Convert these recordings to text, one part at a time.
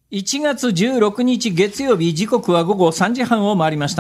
1月16日月曜日、時刻は午後3時半を回りました。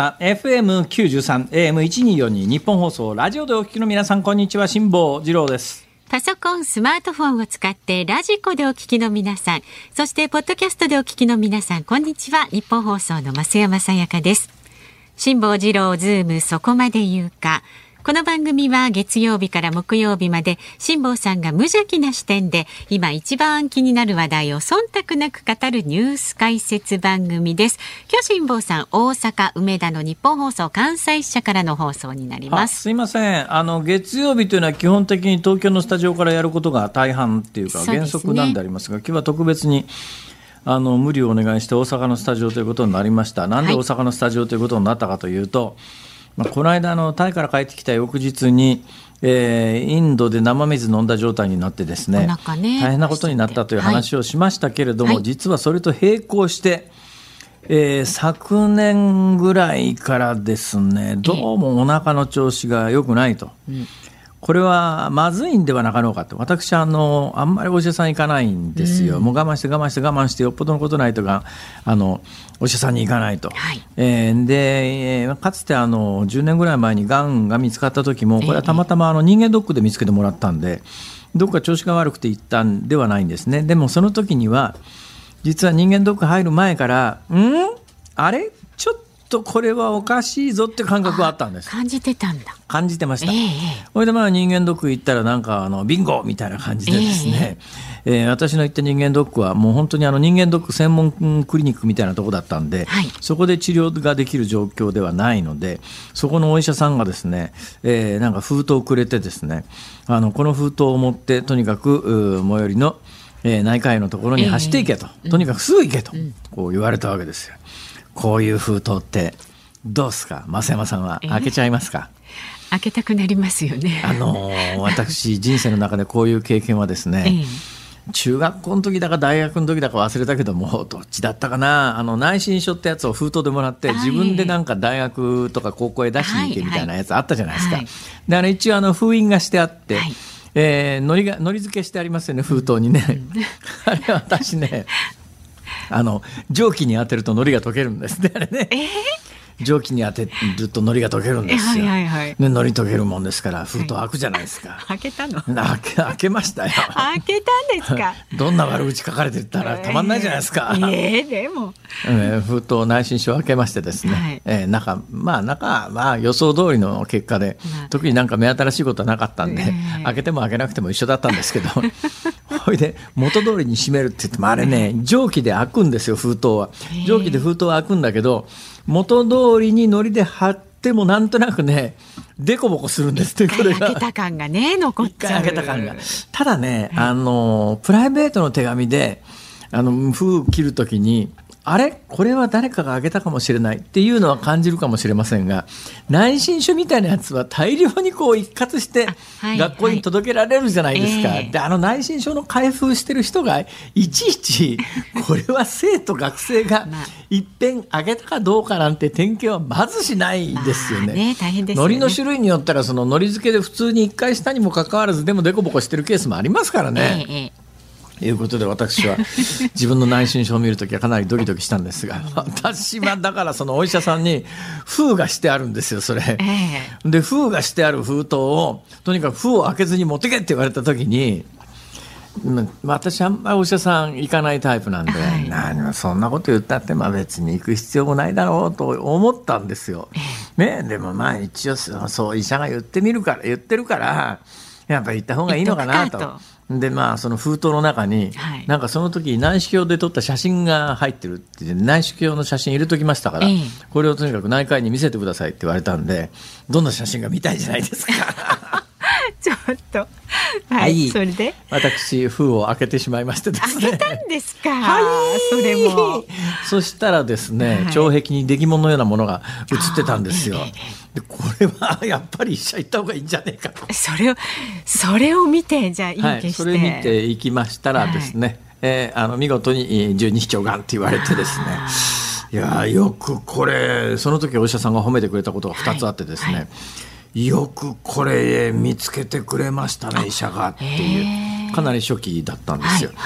FM93 AM1242 日本放送ラジオでお聞きの皆さん、こんにちは。辛坊治郎です。 パソコン、スマートフォンを使ってラジコでお聞きの皆さん、そしてポッドキャストでお聞きの皆さん、こんにちは。日本放送の増山さやかです。辛坊治郎ズームそこまで言うか。この番組は月曜日から木曜日まで辛坊さんが無邪気な視点で今一番気になる話題を忖度なく語るニュース解説番組です。今日辛坊さん、大阪梅田の日本放送関西支社からの放送になります。 すいません、月曜日というのは基本的に東京のスタジオからやることが大半っていうか原則なんでありますが、今日は特別に無理をお願いして大阪のスタジオということになりました。なんで大阪のスタジオということになったかというと、この間タイから帰ってきた翌日に、インドで生水飲んだ状態になってですね、大変なことになったという話をしましたけれども、実はそれと並行して、昨年ぐらいからですね、どうもお腹の調子が良くないと、これはまずいんではなかろうかと。私あんまりお医者さん行かないんですよ、もう我慢してよっぽどのことないとかお医者さんに行かないと、でかつて10年ぐらい前にがんが見つかった時も、これはたまたま人間ドックで見つけてもらったんで、どっか調子が悪くて行ったんではないんですね。でもその時には実は人間ドック入る前からあれちょっとこれはおかしいぞって感覚があったんです。 感じてたんだ。 感じてました。それで人間ドック行ったらなんかビンゴみたいな感じでですね、私の行った人間ドックはもう本当に人間ドック専門クリニックみたいなとこだったんで、そこで治療ができる状況ではないので、そこのお医者さんがですね、なんか封筒をくれてですね、この封筒を持ってとにかく最寄りの、内科医のところに走っていけと、とにかくすぐ行けと、こう言われたわけですよ。こういう封筒ってどうですか、増山さんは開けちゃいますか？ 開けたくなりますよね。 私人生の中でこういう経験はですね、中学校の時だか大学の時だか忘れたけども、どっちだったかな、内申書ってやつを封筒でもらって、自分でなんか大学とか高校へ出しに行けみたいなやつあったじゃないですか。で一応封印がしてあって、のり付けしてありますよね、封筒にね。あれ私ね、蒸気に当てると海苔が溶けるんですね、あれね。蒸気に当てると海苔が溶けるんですよ。で海苔溶けるもんですから封筒開くじゃないですか。 開けたの？ 開けましたよ。 開けたんですか？ どんな悪口書かれてたらたまんないじゃないですか。 でも、 封筒内申書を開けましてですね、中は予想通りの結果で、特になんか目新しいことはなかったんで、開けても開けなくても一緒だったんですけどそれで元通りに閉めるって言っても、あれね、蒸気で開くんですよ、封筒は。蒸気で封筒は開くんだけど、元通りに海苔で貼ってもなんとなくね、デコボコするんですって。これが開けた感がね、残っちゃう。 開けた感が。ただね、プライベートの手紙で封切るときに、あれこれは誰かが開けたかもしれないっていうのは感じるかもしれませんが、内申書みたいなやつは大量にこう一括して学校に届けられるじゃないですか。で内申書の開封してる人がいちいちこれは生徒学生がいっぺん開けたかどうかなんて点検はまずしないですよね。 大変ですよね。 海苔の種類によったら、その海苔付けで普通に1回したにもかかわらずでもデコボコしてるケースもありますからね。ということで、私は自分の内申書を見るときはかなりドキドキしたんですが、私はだからそのお医者さんに封がしてあるんですよ、それ。で封がしてある封筒をとにかく封を開けずに持ってけって言われたときに、私あんまりお医者さん行かないタイプなんで、何もそんなこと言ったって別に行く必要もないだろうと思ったんですよ、でも一応そう医者が言ってるからやっぱり行った方がいいのかなと。でその封筒の中に、なんかその時内視鏡で撮った写真が入ってるって言って、内視鏡の写真入れときましたから、これをとにかく内科医に見せてくださいって言われたんで、どんな写真が見たいじゃないですかちょっと、それで私封を開けてしまいましてですね。 開けたんですか？それも。 そしたらですね、腸壁に出来物のようなものが映ってたんですよ。でこれはやっぱり医者行った方がいいんじゃねえかと。 それを見て、じゃあいい消して、 それ見て行きましたらですね、見事に十二指腸がんって言われてですね、いやよくこれ、その時お医者さんが褒めてくれたことが2つあってですね、よくこれ見つけてくれましたね、医者がっていう、かなり初期だったんですよ。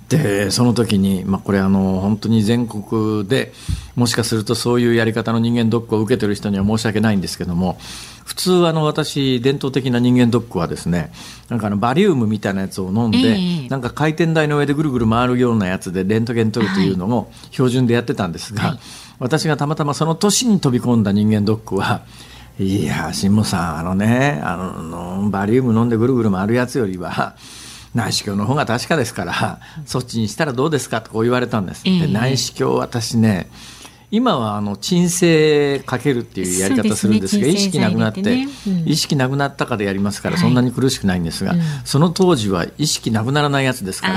でその時に、これ本当に全国でもしかするとそういうやり方の人間ドックを受けている人には申し訳ないんですけども、普通私伝統的な人間ドックはですね、なんかバリウムみたいなやつを飲んで、なんか回転台の上でぐるぐる回るようなやつでレントゲン取るというのを標準でやってたんですが、私がたまたまその年に飛び込んだ人間ドックは、いや辛坊さんバリウム飲んでぐるぐる回るやつよりは内視鏡の方が確かですから、そっちにしたらどうですかとこう言われたんです。で内視鏡、私ね今は鎮静かけるっていうやり方するんですが、意識なくなって、意識なくなったかでやりますからそんなに苦しくないんですが、その当時は意識なくならないやつですから、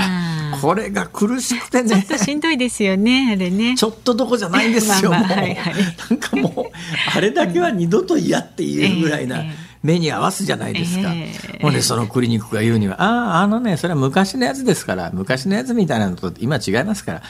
これが苦しくてね、 ちょっとしんどいですよね、あれね。 ちょっとどこじゃないんですよ。なんかもうあれだけは二度と嫌って言えるぐらいな目に合わすじゃないですか。ほんでそのクリニックが言うには、それは昔のやつですから、昔のやつみたいなのと今違いますから、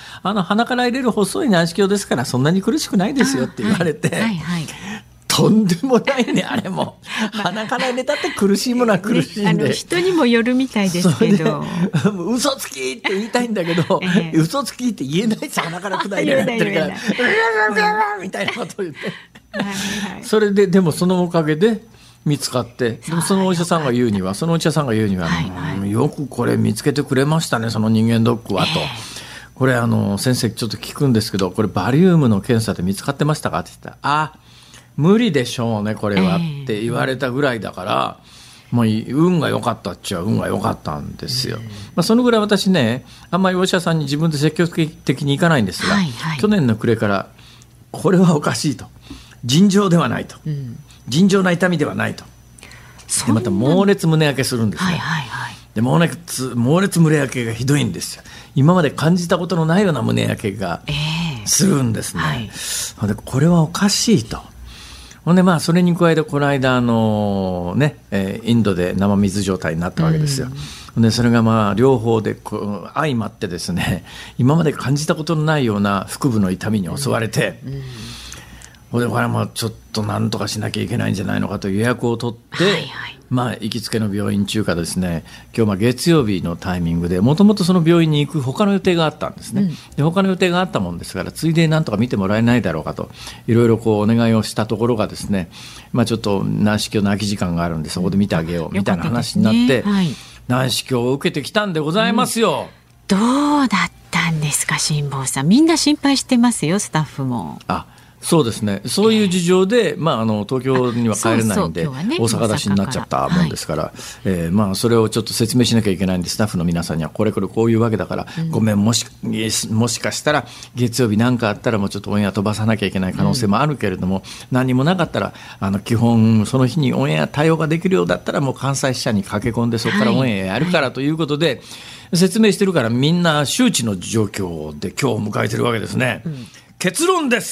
鼻から入れる細い内視鏡ですからそんなに苦しくないですよって言われて、とんでもないね、あれも鼻から入れたって苦しいものは苦しいんで、 人にもよるみたいですけど、 嘘つきって言いたいんだけど、嘘つきって言えないさ、鼻から管入れられてるからみたいなことを言ってそれで、でもそのおかげで見つかって、でもそのお医者さんが言うには、よくこれ見つけてくれましたね、その人間ドックはと。これ先生ちょっと聞くんですけど、これバリウムの検査で見つかってましたかって言ったら、無理でしょうねこれはって言われたぐらいだから、もう運が良かったっちゃ運が良かったんですよ。そのぐらい私ね、あんまりお医者さんに自分で積極的に行かないんですが、去年の暮れからこれはおかしいと、尋常ではないと、尋常な痛みではないと。でまた猛烈胸焼けするんですね。で猛烈胸焼けがひどいんですよ。今まで感じたことのないような胸焼けがするんですね。でこれはおかしいと。ほんでそれに加えてこの間インドで生水状態になったわけですよ。でそれが両方で相まってですね、今まで感じたことのないような腹部の痛みに襲われて、これはちょっと何とかしなきゃいけないんじゃないのかと予約を取って、行きつけの病院中かですね、今日月曜日のタイミングでもともとその病院に行く他の予定があったんですね。で他の予定があったもんですから、ついでに何とか見てもらえないだろうかといろいろお願いをしたところがですね、ちょっと内視鏡の空き時間があるんでそこで見てあげようみたいな話になって、内視鏡を受けてきたんでございますよ。 どうだったんですか辛坊さん。みんな心配してますよ、スタッフも。 そうですね、そういう事情で、東京には帰れないんで、大阪出しになっちゃったもんですから、それをちょっと説明しなきゃいけないんで、スタッフの皆さんにはこれこういうわけだから、ごめん、もしかしたら月曜日なんかあったらもうちょっとオンエア飛ばさなきゃいけない可能性もあるけれども、何もなかったら基本その日にオンエア対応ができるようだったらもう関西支社に駆け込んでそこからオンエアやるからということで、説明してるからみんな周知の状況で今日を迎えてるわけですね。結論です。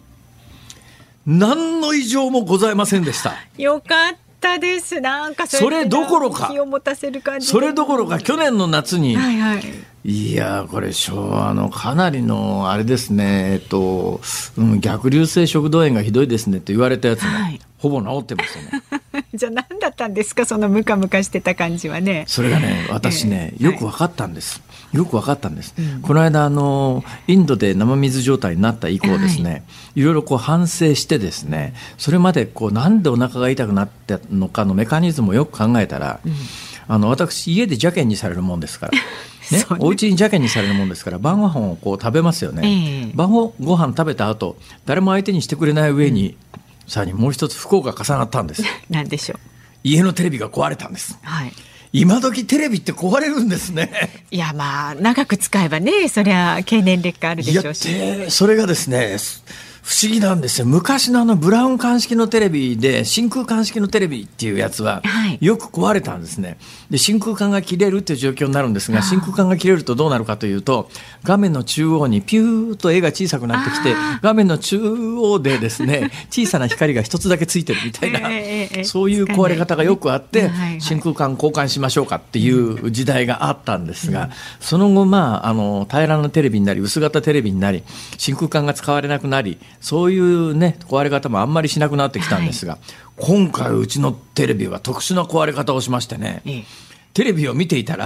何の異常もございませんでした。 よかったです。なんかそれどころか、 気を持たせる感じ。 それどころか去年の夏に、いやこれ昭和のかなりのあれですね、逆流性食道炎がひどいですねって言われたやつも、ほぼ治ってますよね。 じゃあ何だったんですか、そのムカムカしてた感じはね。 それがね、私ね、よく分かったんです。よく分かったんです。この間インドで生水状態になった以降ですね、いろいろ反省してですね、それまでなんでお腹が痛くなったのかのメカニズムをよく考えたら、私家で邪険にされるもんですからお家に邪険にされるもんですから、晩ご飯を食べますよね。晩ご飯食べた後、誰も相手にしてくれない上に、さらにもう一つ不幸が重なったんです。 何でしょう。 家のテレビが壊れたんです。今時テレビって壊れるんですね。 いや長く使えばね、そりゃ経年劣化あるでしょうし。 それがですね、不思議なんですよ。昔のブラウン管式のテレビで、真空管式のテレビっていうやつはよく壊れたんですね。で真空管が切れるっていう状況になるんですが、真空管が切れるとどうなるかというと、画面の中央にピューッと絵が小さくなってきて、画面の中央でですね小さな光が一つだけついてるみたいな、そういう壊れ方がよくあって、真空管交換しましょうかっていう時代があったんですが、その後平らなテレビになり薄型テレビになり、真空管が使われなくなり、そういうね壊れ方もあんまりしなくなってきたんですが、今回うちのテレビは特殊な壊れ方をしましてね、テレビを見ていたら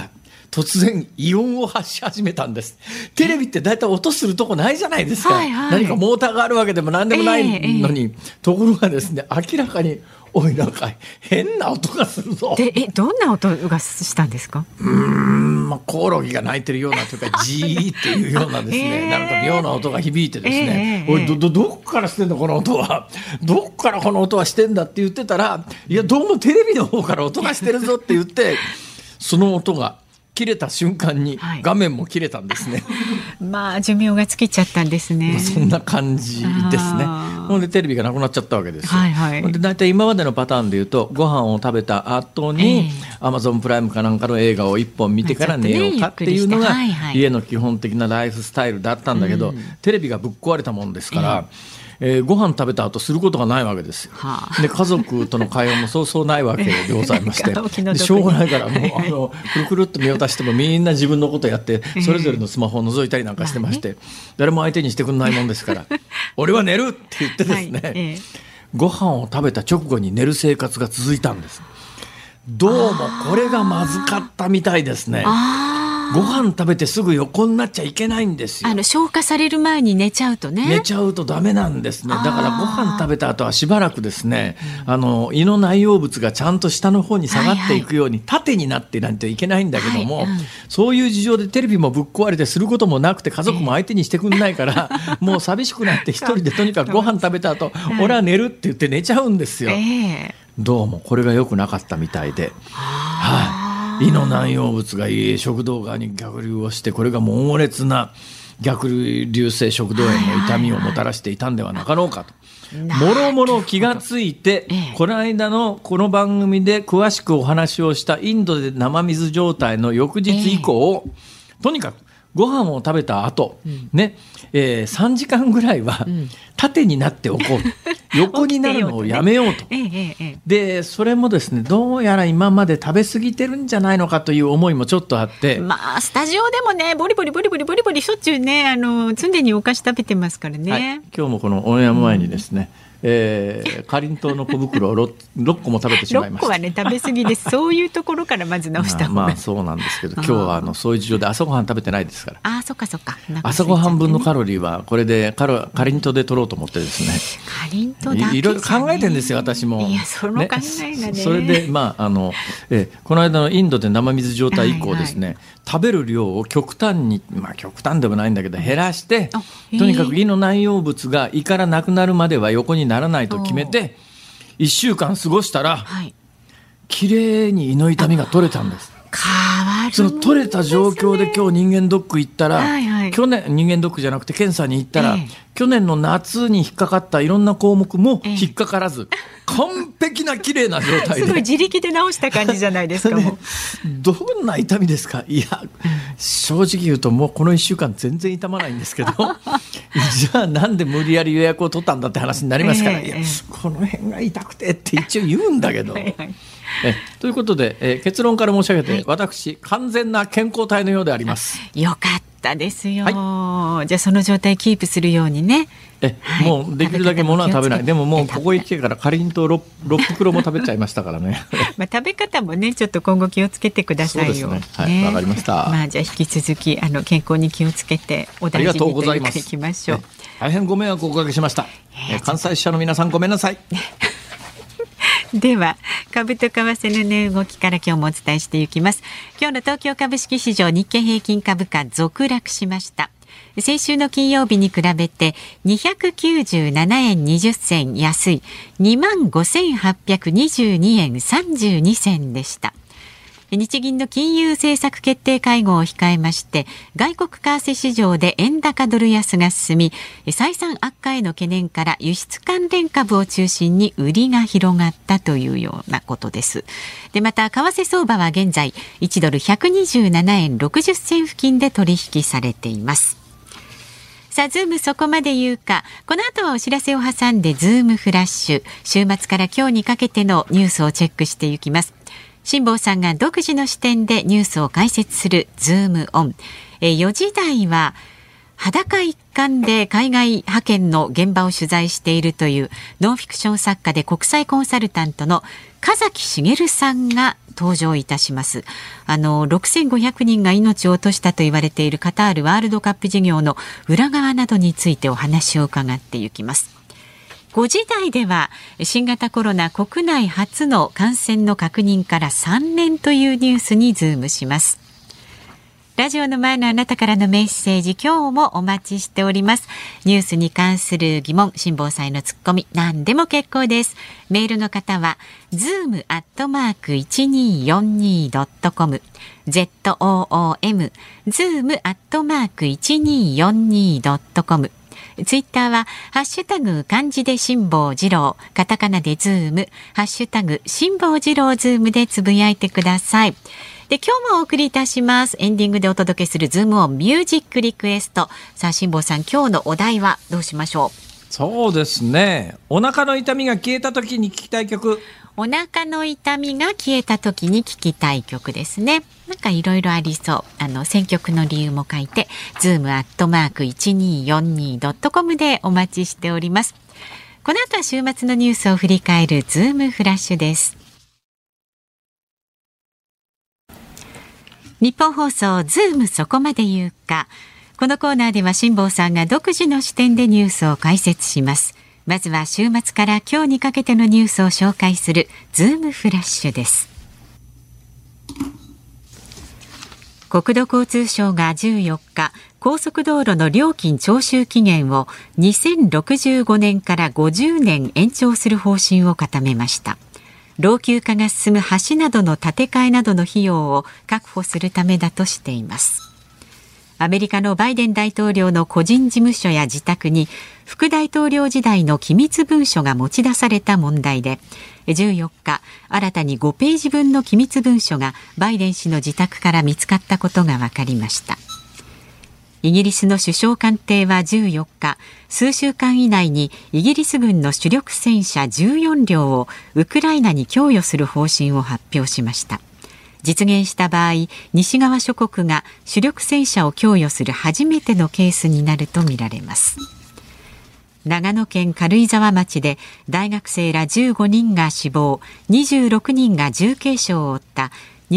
突然異音を発し始めたんです。テレビってだいたい音するとこないじゃないですか、何かモーターがあるわけでも何でもないのに、ところがですね、明らかにおいなんか変な音がするぞ。 どんな音がしたんですか？ コオロギが鳴いてるようなというかジーっていうようなですね、なんか妙な音が響いてですね、おいどっからしてんのこの音は、どっからこの音はしてんだって言ってたら、いやどうもテレビの方から音がしてるぞって言ってその音が切れた瞬間に画面も切れたんですね、 寿命が尽きちゃったんですね。 そんな感じですね。ほんでテレビがなくなっちゃったわけですよ、でだいたい今までのパターンでいうと、ご飯を食べた後にアマゾンプライムかなんかの映画を1本見てから寝ようかっていうのが家の基本的なライフスタイルだったんだけど、テレビがぶっ壊れたもんですから、ご飯食べた後することがないわけですよ、で家族との会話もそうそうないわけでございましてでしょうがないからもうくるくるっと見渡してもみんな自分のことやってそれぞれのスマホを覗いたりなんかしてまして、誰も相手にしてくんないもんですから俺は寝るって言ってですね、ご飯を食べた直後に寝る生活が続いたんです。どうもこれがまずかったみたいですね。ご飯食べてすぐ横になっちゃいけないんですよ。 消化される前に寝ちゃうとね。 寝ちゃうとダメなんですね。だからご飯食べた後はしばらくですね、胃の内容物がちゃんと下の方に下がっていくように縦になってないといけないんだけども、そういう事情でテレビもぶっ壊れてすることもなくて家族も相手にしてくんないから、もう寂しくなって一人でとにかくご飯食べた後、俺は寝るって言って寝ちゃうんですよ、どうもこれが良くなかったみたいで、胃の内容物が食道側に逆流をして、これが猛烈な逆流性食道炎の痛みをもたらしていたんではなかろうかと、もろもろ気がついて、この間のこの番組で詳しくお話をしたインドで生水状態の翌日以降、とにかくご飯を食べた後、3時間ぐらいは縦になっておこう横になるのをやめようと、でそれもですね、どうやら今まで食べ過ぎてるんじゃないのかという思いもちょっとあって、 スタジオでもねボリボリしょっちゅうね常にお菓子食べてますからね、 今日もこのオンエア前にですね、かりんとうの小袋を 6個も食べてしまいました。 6個はね食べ過ぎですそういうところからまず直した方がそうなんですけど、今日はそういう事情で朝ごはん食べてないですから。 そっか朝ごはん分のカロリーはこれでかりんとうで取ろうと思ってですね、 かりんとうだけじゃね、 いろいろ考えてるんですよ私も。 いやその考えがね、 それでこの間のインドで生水状態以降ですね、食べる量を極端に、極端でもないんだけど減らして、とにかく胃の内容物が胃からなくなるまでは横にならないと決めて1週間過ごしたら、きれいに胃の痛みが取れたんです。その取れた状況で今日人間ドック行ったら、去年人間ドックじゃなくて検査に行ったら、去年の夏に引っかかったいろんな項目も引っかからず、完璧な綺麗な状態で、 すごい自力で治した感じじゃないですかもうどんな痛みですか。いや正直言うともうこの1週間全然痛まないんですけどじゃあなんで無理やり予約を取ったんだって話になりますから、いやこの辺が痛くてって一応言うんだけどということで、結論から申し上げて、私完全な健康体のようであります。 よかったですよ、じゃあその状態キープするようにね、 もうできるだけ物は食べない。でももうここへ来てからかりんとう 6袋も食べちゃいましたからね食べ方もねちょっと今後気をつけてくださいよ。 そうですね、わかりました。 じゃあ引き続き健康に気をつけてお大事にといきましょう。 大変ご迷惑をおかけしました、関西支社の皆さんごめんなさいでは株と為替の値動きから今日もお伝えしていきます。今日の東京株式市場、日経平均株価続落しました。先週の金曜日に比べて297円20銭安い 25,822 円32銭でした。日銀の金融政策決定会合を控えまして、外国為替市場で円高ドル安が進み、採算悪化への懸念から輸出関連株を中心に売りが広がったというようなことです。でまた為替相場は現在1ドル127円60銭付近で取引されています。さあズームそこまで言うか、この後はお知らせを挟んでズームフラッシュ、週末から今日にかけてのニュースをチェックしていきます。辛坊さんが独自の視点でニュースを解説するズームオン。4時台は裸一貫で海外派遣の現場を取材しているというノンフィクション作家で国際コンサルタントの加崎茂さんが登場いたします。6500人が命を落としたと言われているカタールワールドカップ事業の裏側などについてお話を伺っていきます。5時台では新型コロナ国内初の感染の確認から3年というニュースにズームします。ラジオの前のあなたからのメッセージ、今日もお待ちしております。ニュースに関する疑問、辛坊さんへのツッコミ、何でも結構です。メールの方は zoom@1242.com zoom zoom@1242.com。ツイッターはハッシュタグ漢字で辛坊治郎、カタカナでズーム、ハッシュタグ辛坊治郎ズームでつぶやいてください。で、今日もお送りいたします。エンディングでお届けするズームオンミュージックリクエスト。さあ、辛坊さん、今日のお題はどうしましょう？ そうですね、お腹の痛みが消えた時に聴きたい曲。 お腹の痛みが消えた時に聴きたい曲ですね。なんかいろいろありそう。選曲の理由も書いて zoom@1242.com でお待ちしております。この後は週末のニュースを振り返るズームフラッシュです。日本放送ズームそこまで言うか。このコーナーでは辛坊さんが独自の視点でニュースを解説します。まずは週末から今日にかけてのニュースを紹介するズームフラッシュです。国土交通省が14日、高速道路の料金徴収期限を2065年から50年延長する方針を固めました。老朽化が進む橋などの建て替えなどの費用を確保するためだとしています。アメリカのバイデン大統領の個人事務所や自宅に副大統領時代の機密文書が持ち出された問題で、14日、新たに5ページ分の機密文書がバイデン氏の自宅から見つかったことが分かりました。イギリスの首相官邸は14日、数週間以内にイギリス軍の主力戦車14両をウクライナに供与する方針を発表しました。実現した場合、西側諸国が主力戦車を供与する初めてのケースになるとみられます。長野県軽井沢町で大学生ら15人が死亡、26人が重軽傷を負った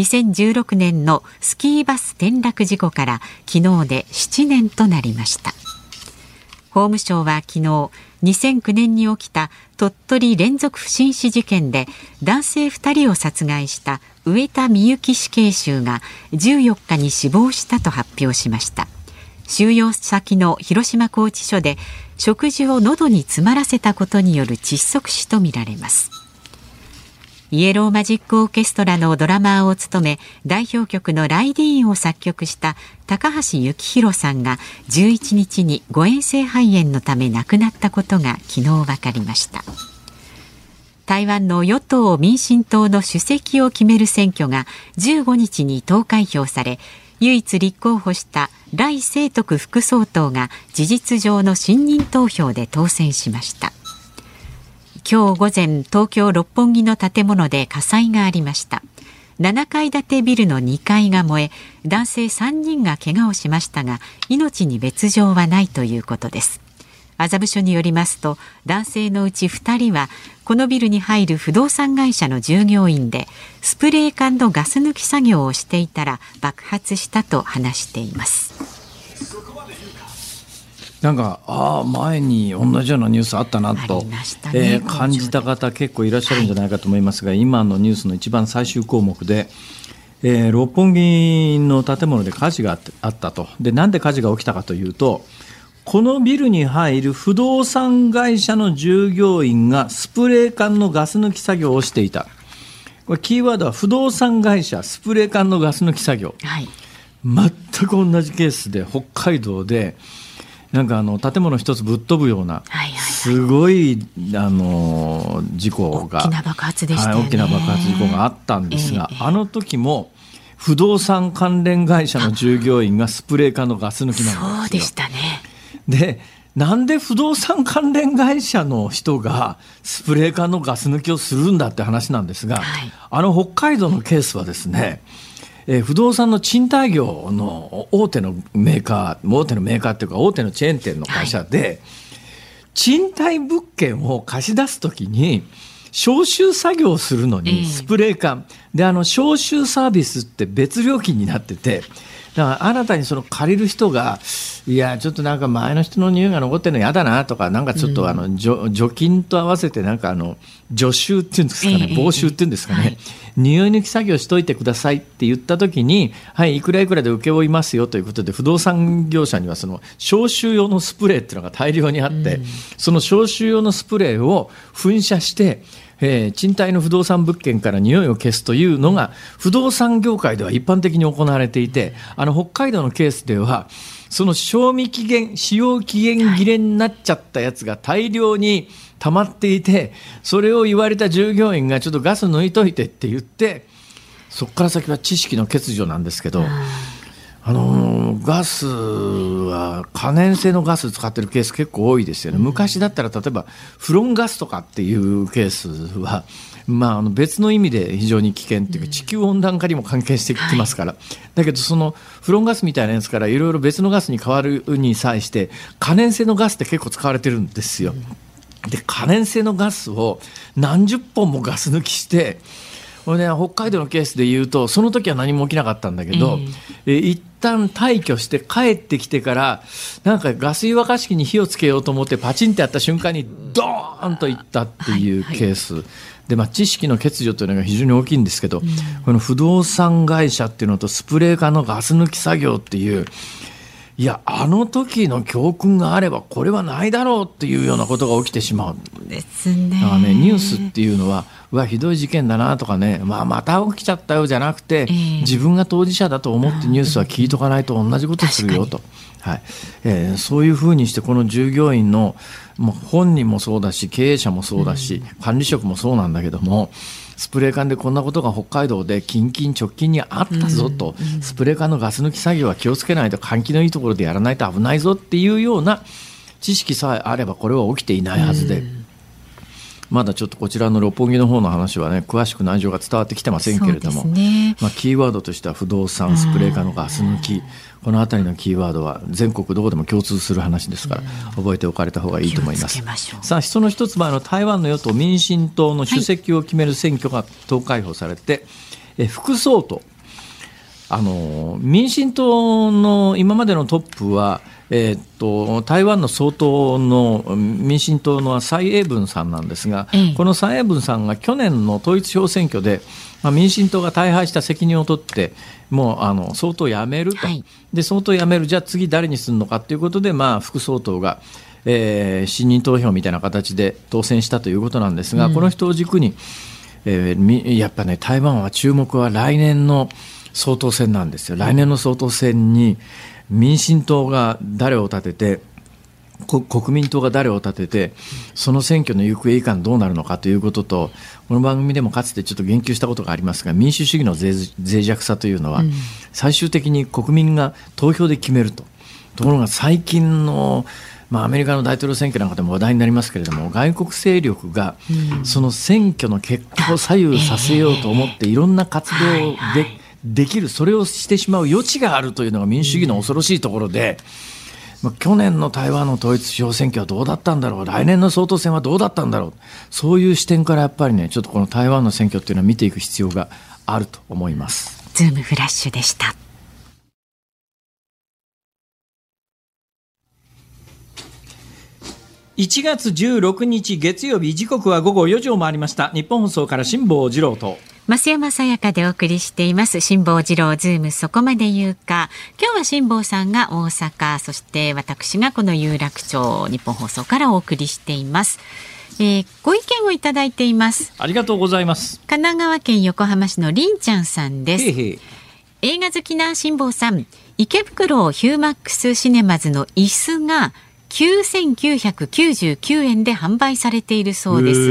2016年のスキーバス転落事故から昨日で7年となりました。法務省は昨日、2009年に起きた鳥取連続不審死事件で男性2人を殺害した上田美由死刑囚が14日に死亡したと発表しました。収容先の広島拘置所で食事を喉に詰まらせたことによる窒息死とみられます。イエローマジックオーケストラのドラマーを務め、代表曲のライディーンを作曲した高橋幸宏さんが11日に誤嚥性肺炎のため亡くなったことが昨日分かりました。台湾の与党民進党の主席を決める選挙が15日に投開票され、唯一立候補した頼清徳副総統が事実上の信任投票で当選しました。今日午前、東京六本木の建物で火災がありました。7階建てビルの2階が燃え、男性3人が怪我をしましたが、命に別状はないということです。麻布署によりますと、男性のうち2人はこのビルに入る不動産会社の従業員で、スプレー缶のガス抜き作業をしていたら爆発したと話しています。 なんか前に同じようなニュースあったなと、感じた方結構いらっしゃるんじゃないかと思いますが、今のニュースの一番最終項目で、六本木の建物で火事があったと。で、なんで火事が起きたかというと、このビルに入る不動産会社の従業員がスプレー缶のガス抜き作業をしていた。これキーワードは不動産会社スプレー缶のガス抜き作業、全く同じケースで北海道でなんか建物一つぶっ飛ぶような、すごい事故が、 大きな爆発でしたよね。 大きな爆発事故があったんですが、あの時も不動産関連会社の従業員がスプレー缶のガス抜きなんですよ。 そうでしたね。 で、なんで不動産関連会社の人がスプレー缶のガス抜きをするんだって話なんですが、北海道のケースはですね、 不動産の賃貸業の大手のメーカーっていうか大手のチェーン店の会社で、賃貸物件を貸し出すときに消臭作業をするのにスプレー缶で、消臭サービスって別料金になってて、だから新たにその借りる人が、いやちょっとなんか前の人の匂いが残ってるの嫌だなとか、なんかちょっと除菌と合わせてなんか除臭っていうんですかね、防臭っていうんですかね、はい、匂い抜き作業しといてくださいって言った時に、はい、いくらいくらで請け負いますよということで、不動産業者にはその消臭用のスプレーっていうのが大量にあって、その消臭用のスプレーを噴射して賃貸の不動産物件から匂いを消すというのが不動産業界では一般的に行われていて、北海道のケースではその使用期限切れになっちゃったやつが大量に溜まっていて、それを言われた従業員がちょっとガス抜いといてって言って、そこから先は知識の欠如なんですけど、ガスは可燃性のガス使ってるケース結構多いですよね。昔だったら例えばフロンガスとかっていうケースは、別の意味で非常に危険っていうか、地球温暖化にも関係してきますから、だけどそのフロンガスみたいなやつからいろいろ別のガスに変わるに際して可燃性のガスって結構使われてるんですよ。で可燃性のガスを何十本もガス抜きして、これね、北海道のケースで言うとその時は何も起きなかったんだけど、一旦退去して帰ってきてからなんかガス湯沸かし器に火をつけようと思ってパチンってやった瞬間にドーンといったっていうケース、で知識の欠如というのが非常に大きいんですけど、この不動産会社っていうのとスプレー缶のガス抜き作業っていう、いや時の教訓があればこれはないだろうっていうようなことが起きてしまうですね。 だからね、ニュースっていうのはひどい事件だなとかね、また起きちゃったよじゃなくて、自分が当事者だと思ってニュースは聞いとかないと同じことするよと、そういうふうにしてこの従業員の本人もそうだし経営者もそうだし、管理職もそうなんだけども、スプレー缶でこんなことが北海道で直近にあったぞと、スプレー缶のガス抜き作業は気をつけないと、換気のいいところでやらないと危ないぞっていうような知識さえあればこれは起きていないはずで、まだちょっとこちらの六本木の方の話はね、詳しく内情が伝わってきてませんけれども、キーワードとしては不動産、スプレー缶のガス抜き、このあたりのキーワードは全国どこでも共通する話ですから、覚えておかれた方がいいと思います。さあ、その一つ前の台湾の与党民進党の主席を決める選挙が投開票されて、副総統、民進党の今までのトップは台湾の総統の民進党の蔡英文さんなんですが、この蔡英文さんが去年の統一地方選挙で、民進党が大敗した責任を取ってもう総統を辞めると、で総統を辞める、じゃあ次誰にするのかということで、副総統が、信任投票みたいな形で当選したということなんですが、この人を軸に、やっぱね、台湾は注目は来年の総統選なんですよ。来年の総統選に民進党が誰を立てて、国民党が誰を立てて、その選挙の行方いかんどうなるのかということと、この番組でもかつてちょっと言及したことがありますが、民主主義の脆弱さというのは、最終的に国民が投票で決めると。ところが最近のアメリカの大統領選挙なんかでも話題になりますけれども、外国勢力がその選挙の結果を左右させようと思っていろんな活動できる、それをしてしまう余地があるというのが民主主義の恐ろしいところで、去年の台湾の統一地方選挙はどうだったんだろう、来年の総統選はどうだったんだろう、そういう視点からやっぱりね、ちょっとこの台湾の選挙っていうのは見ていく必要があると思います。 ズームフラッシュでした。 1月16日月曜日、時刻は午後4時を回りました。日本放送から辛坊治郎と増山さやかでお送りしています辛坊治郎ズームそこまで言うか。今日は辛坊さんが大阪、そして私がこの有楽町、日本放送からお送りしています。ご意見をいただいています。 ありがとうございます。 神奈川県横浜市のりんちゃんさんです。映画好きな辛坊さん、池袋ヒューマックスシネマズの椅子が9999円で販売されているそうです。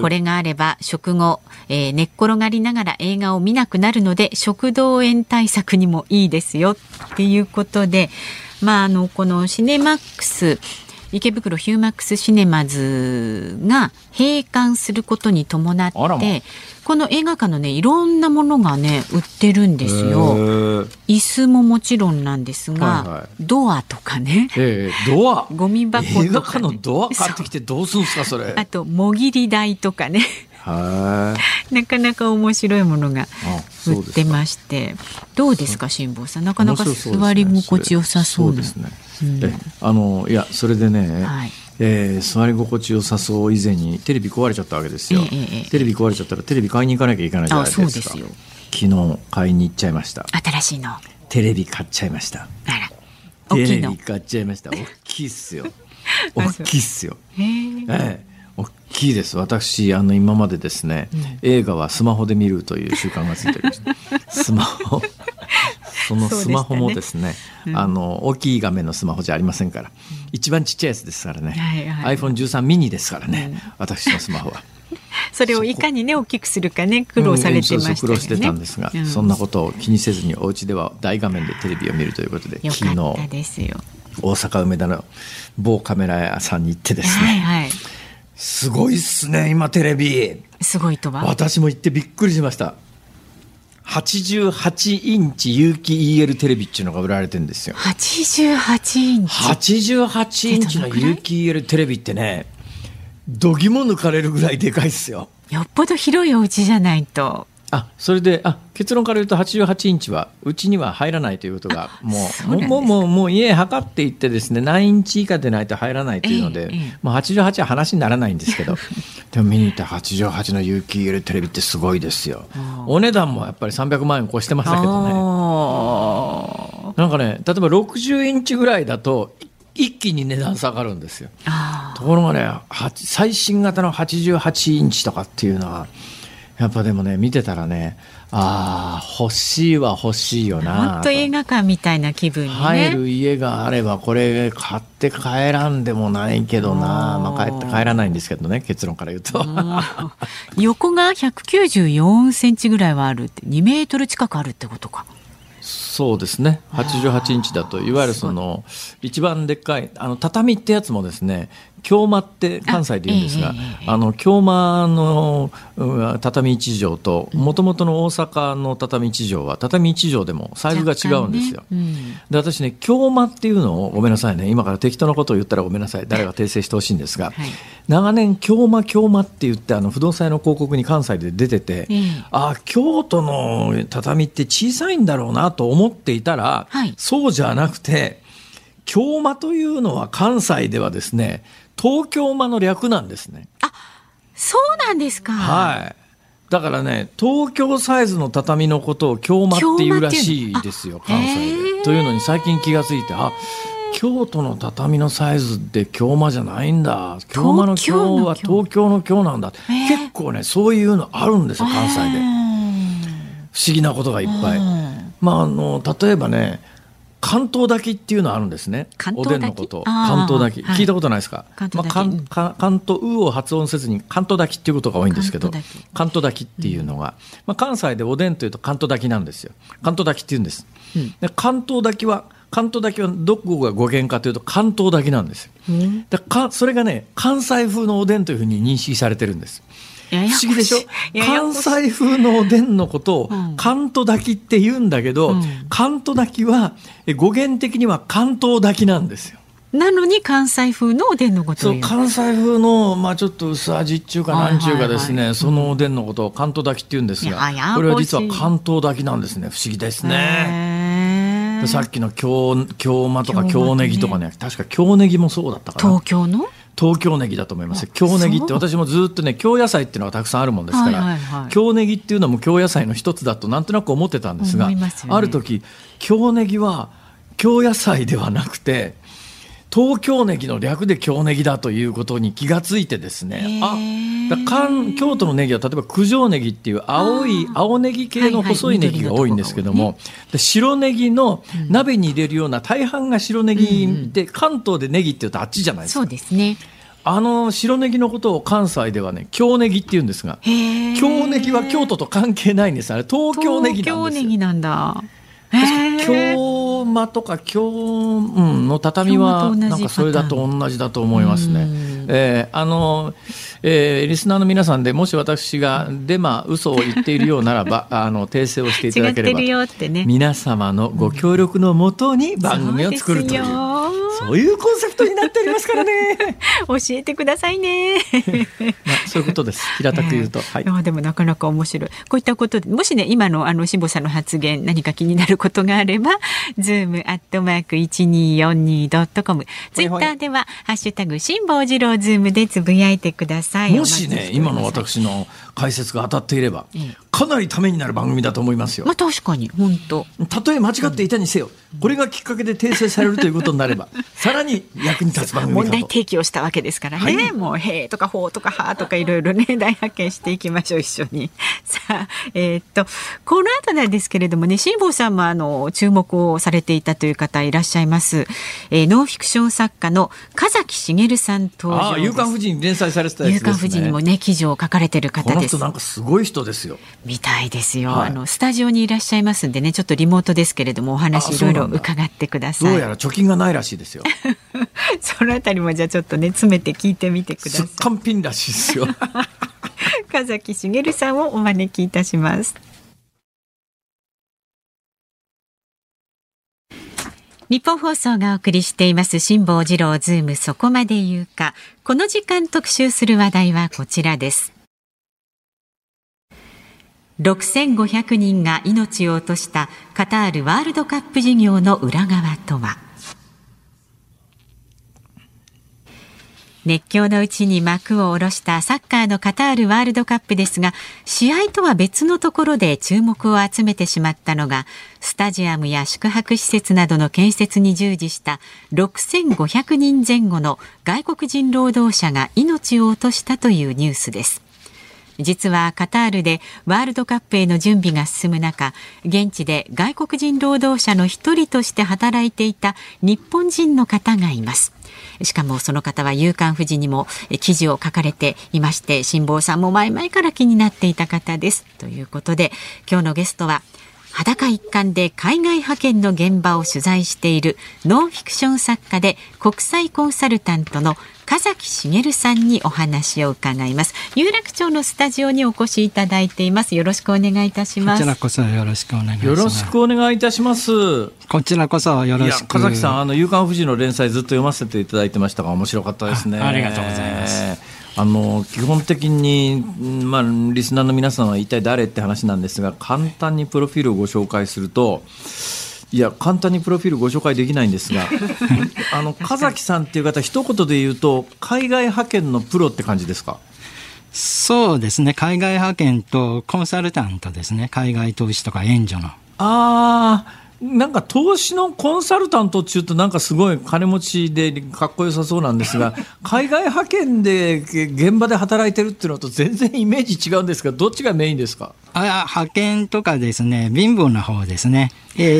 これがあれば食後、寝っ転がりながら映画を見なくなるので食道炎対策にもいいですよっていうことで、このシネマックス、 池袋ヒューマックスシネマズが閉館することに伴って、この映画館のねいろんなものがね売ってるんですよ。椅子ももちろんなんですが、ドアとかね、 ドア、 ゴミ箱とか、ね、 映画館のドア買ってきてどうするんですかそれ。 あともぎり台とかねなかなか面白いものが売ってまして、どうですか辛坊さん、なかなか座り心地よさそうですね。 いやそれでね、座り心地よさそう以前にテレビ壊れちゃったわけですよ。テレビ壊れちゃったらテレビ買いに行かなきゃいけないじゃないですか。 そうですよ。 昨日買いに行っちゃいました。 新しいのテレビ買っちゃいました。テレビ買っちゃいました。大きいっすよ大きいっすよ。大きいです。私今までですね、映画はスマホで見るという習慣がついてるんですスマホそのスマホもですね、大きい画面のスマホじゃありませんから、一番ちっちゃいやつですからね、iPhone13 ミニですからね、私のスマホはそれをいかにね大きくするかね苦労されてましたよね。 苦労してたんですが、そんなことを気にせずにお家では大画面でテレビを見るということで、 よかったですよ。 大阪梅田の某カメラ屋さんに行ってですね、すごいっすね今テレビ。すごいとは私も行ってびっくりしました。88インチ有機 EL テレビっていうのが売られてるんですよ。 88インチ 88インチの有機 EL テレビってね、度肝抜かれるぐらいでかいっすよ。 よっぽど広いお家じゃないと。 それで結論から言うと88インチはうちには入らないということがもう家測っていってですね、何インチ以下でないと入らないというので、もう88は話にならないんですけどでも見に行った88の有機 EL テレビってすごいですよ。お値段もやっぱり300万円越してましたけどね。なんかね、例えば60インチぐらいだと一気に値段下がるんですよ。ところがね、最新型の88インチとかっていうのはやっぱでもね見てたらね、欲しいよな。 本当映画館みたいな気分にね。 入る家があればこれ買って帰らんでもないけどな、帰らないんですけどね、結論から言うと横が194センチぐらいはあるって、2メートル近くあるってことか。 そうですね、88インチだといわゆるその一番でっかい畳ってやつもですね、京間って関西で言うんですが、京間の畳1畳ともともとの大阪の畳1畳は畳1畳でもサイズが違うんですよ。で私ね、京間っていうのをごめんなさいね、今から適当なことを言ったらごめんなさい、誰が訂正してほしいんですが、長年京間って言って不動産屋の広告に関西で出てて、京都の畳って小さいんだろうなと思っていたら、そうじゃなくて京間というのは関西ではですね、東京間の略なんですね。 そうなんですか。 だからね、東京サイズの畳のことを京間っていうらしいですよ、関西で。というのに最近気がついて、京都の畳のサイズって京間じゃないんだ、京間の京は東京の京なんだ、結構ねそういうのあるんですよ関西で。不思議なことがいっぱい。例えばね、関東炊きっていうのあるんですね。おでんのこと。関東炊き、聞いたことないですか。関東うを発音せずに関東炊きっていうことが多いんですけど、関東炊きっていうのが、関西でおでんというと関東炊きなんですよ。関東炊きっていうんです。で関東炊きはどこが語源かというと関東炊きなんですよ。それがね、関西風のおでんというふうに認識されてるんです。不思議でしょ。関西風のおでんのことを関東炊きって言うんだけど、関東炊きは語源的には関東炊きなんですよ。 なのに関西風のおでんのことを言う。 関西風の、ちょっと薄味っていうかなんちゅうかですね、そのおでんのことを関東炊きって言うんですが、これは実は関東炊きなんですね。不思議ですね。さっきの京間とか京ネギとかね、確か京ネギもそうだったかな。東京ネギだと思います。京ネギって私もずっとね、京野菜っていうのがたくさんあるもんですから、京ネギっていうのも京野菜の一つだとなんとなく思ってたんですが、ある時京ネギは京野菜ではなくて東京ネギの略で京ネギだということに気がついてですね、京都のネギは例えば九条ネギっていう青ネギ系の細いネギが多いんですけども、白ネギの鍋に入れるような大半が白ネギで、関東でネギっていうとあっちじゃないですか。 そうですね。 白ネギのことを関西ではね、京ネギって言うんですが、京ネギは京都と関係ないんです。あれ東京ネギなんですよ。 東京ネギなんだ。 京間とか今日の畳はなんかそれだと同じだと思いますね。リスナーの皆さんでもし私がデマ嘘を言っているようならば訂正をしていただければ、皆様のご協力のもとに番組を作るという、そういうコンセプトになっておりますからね教えてくださいねそういうことです、平たく言うと、はい、 でもなかなか面白い。こういったことでもしね今の辛坊さんの発言何か気になることがあれば zoom@1242.com ツイッターではハッシュタグ辛坊治郎ズームでつぶやいてください。 もしね今の私の解説が当たっていれば、かなりためになる番組だと思いますよ。 確かに本当、 たとえ間違っていたにせよ、これがきっかけで訂正されるということになればさらに役に立つ番組かと。 問題提起をしたわけですからね、はい、もうへーとかほーとかはーとかいろいろね大発見していきましょう一緒にさあ、この後なんですけれどもね、辛坊さんも注目をされていたという方いらっしゃいます、ノンフィクション作家の風木しげるさん登場です。 夕刊フジに連載されてたやつですね。 夕刊フジにもね記事を書かれてる方です。 この人なんかすごい人ですよ。 みたいですよ、 はい、 スタジオにいらっしゃいますんでね、ちょっとリモートですけれどもお話いろいろ伺ってください。 どうやら貯金がないらしいですよそのあたりもじゃあちょっとね詰めて聞いてみてください。 すっかんぴんらしいですよ風木しげるさんをお招きいたします。日本放送がお送りしています辛坊治郎ズームそこまで言うか。この時間特集する話題はこちらです。6500人が命を落としたカタールワールドカップ事業の裏側とは。熱狂のうちに幕を下ろしたサッカーのカタールワールドカップですが、試合とは別のところで注目を集めてしまったのが、スタジアムや宿泊施設などの建設に従事した6500人前後の外国人労働者が命を落としたというニュースです。実はカタールでワールドカップへの準備が進む中、現地で外国人労働者の一人として働いていた日本人の方がいます。しかもその方は夕刊フジにも記事を書かれていまして、辛坊さんも前々から気になっていた方です。ということで今日のゲストは裸一貫で海外派遣の現場を取材しているノンフィクション作家で国際コンサルタントの風木しげるさんにお話を伺います。有楽町のスタジオにお越しいただいています。よろしくお願いいたします。 こちらこそよろしくお願いします。 よろしくお願いいたします。 こちらこそよろしく。 風木さん、夕刊フジの連載ずっと読ませていただいてましたが面白かったですね。 ありがとうございます。 基本的に、リスナーの皆さんは一体誰って話なんですが、簡単にプロフィールをご紹介すると、いや簡単にプロフィールご紹介できないんですが風木さんっていう方、一言で言うと海外派遣のプロって感じですか？ そうですね、海外派遣とコンサルタントですね。海外投資とか援助の。 なんか投資のコンサルタントっていうとなんかすごい金持ちでかっこよさそうなんですが海外派遣で現場で働いてるっていうのと全然イメージ違うんですが、どっちがメインですか？ 派遣とかですね、貧乏な方ですね。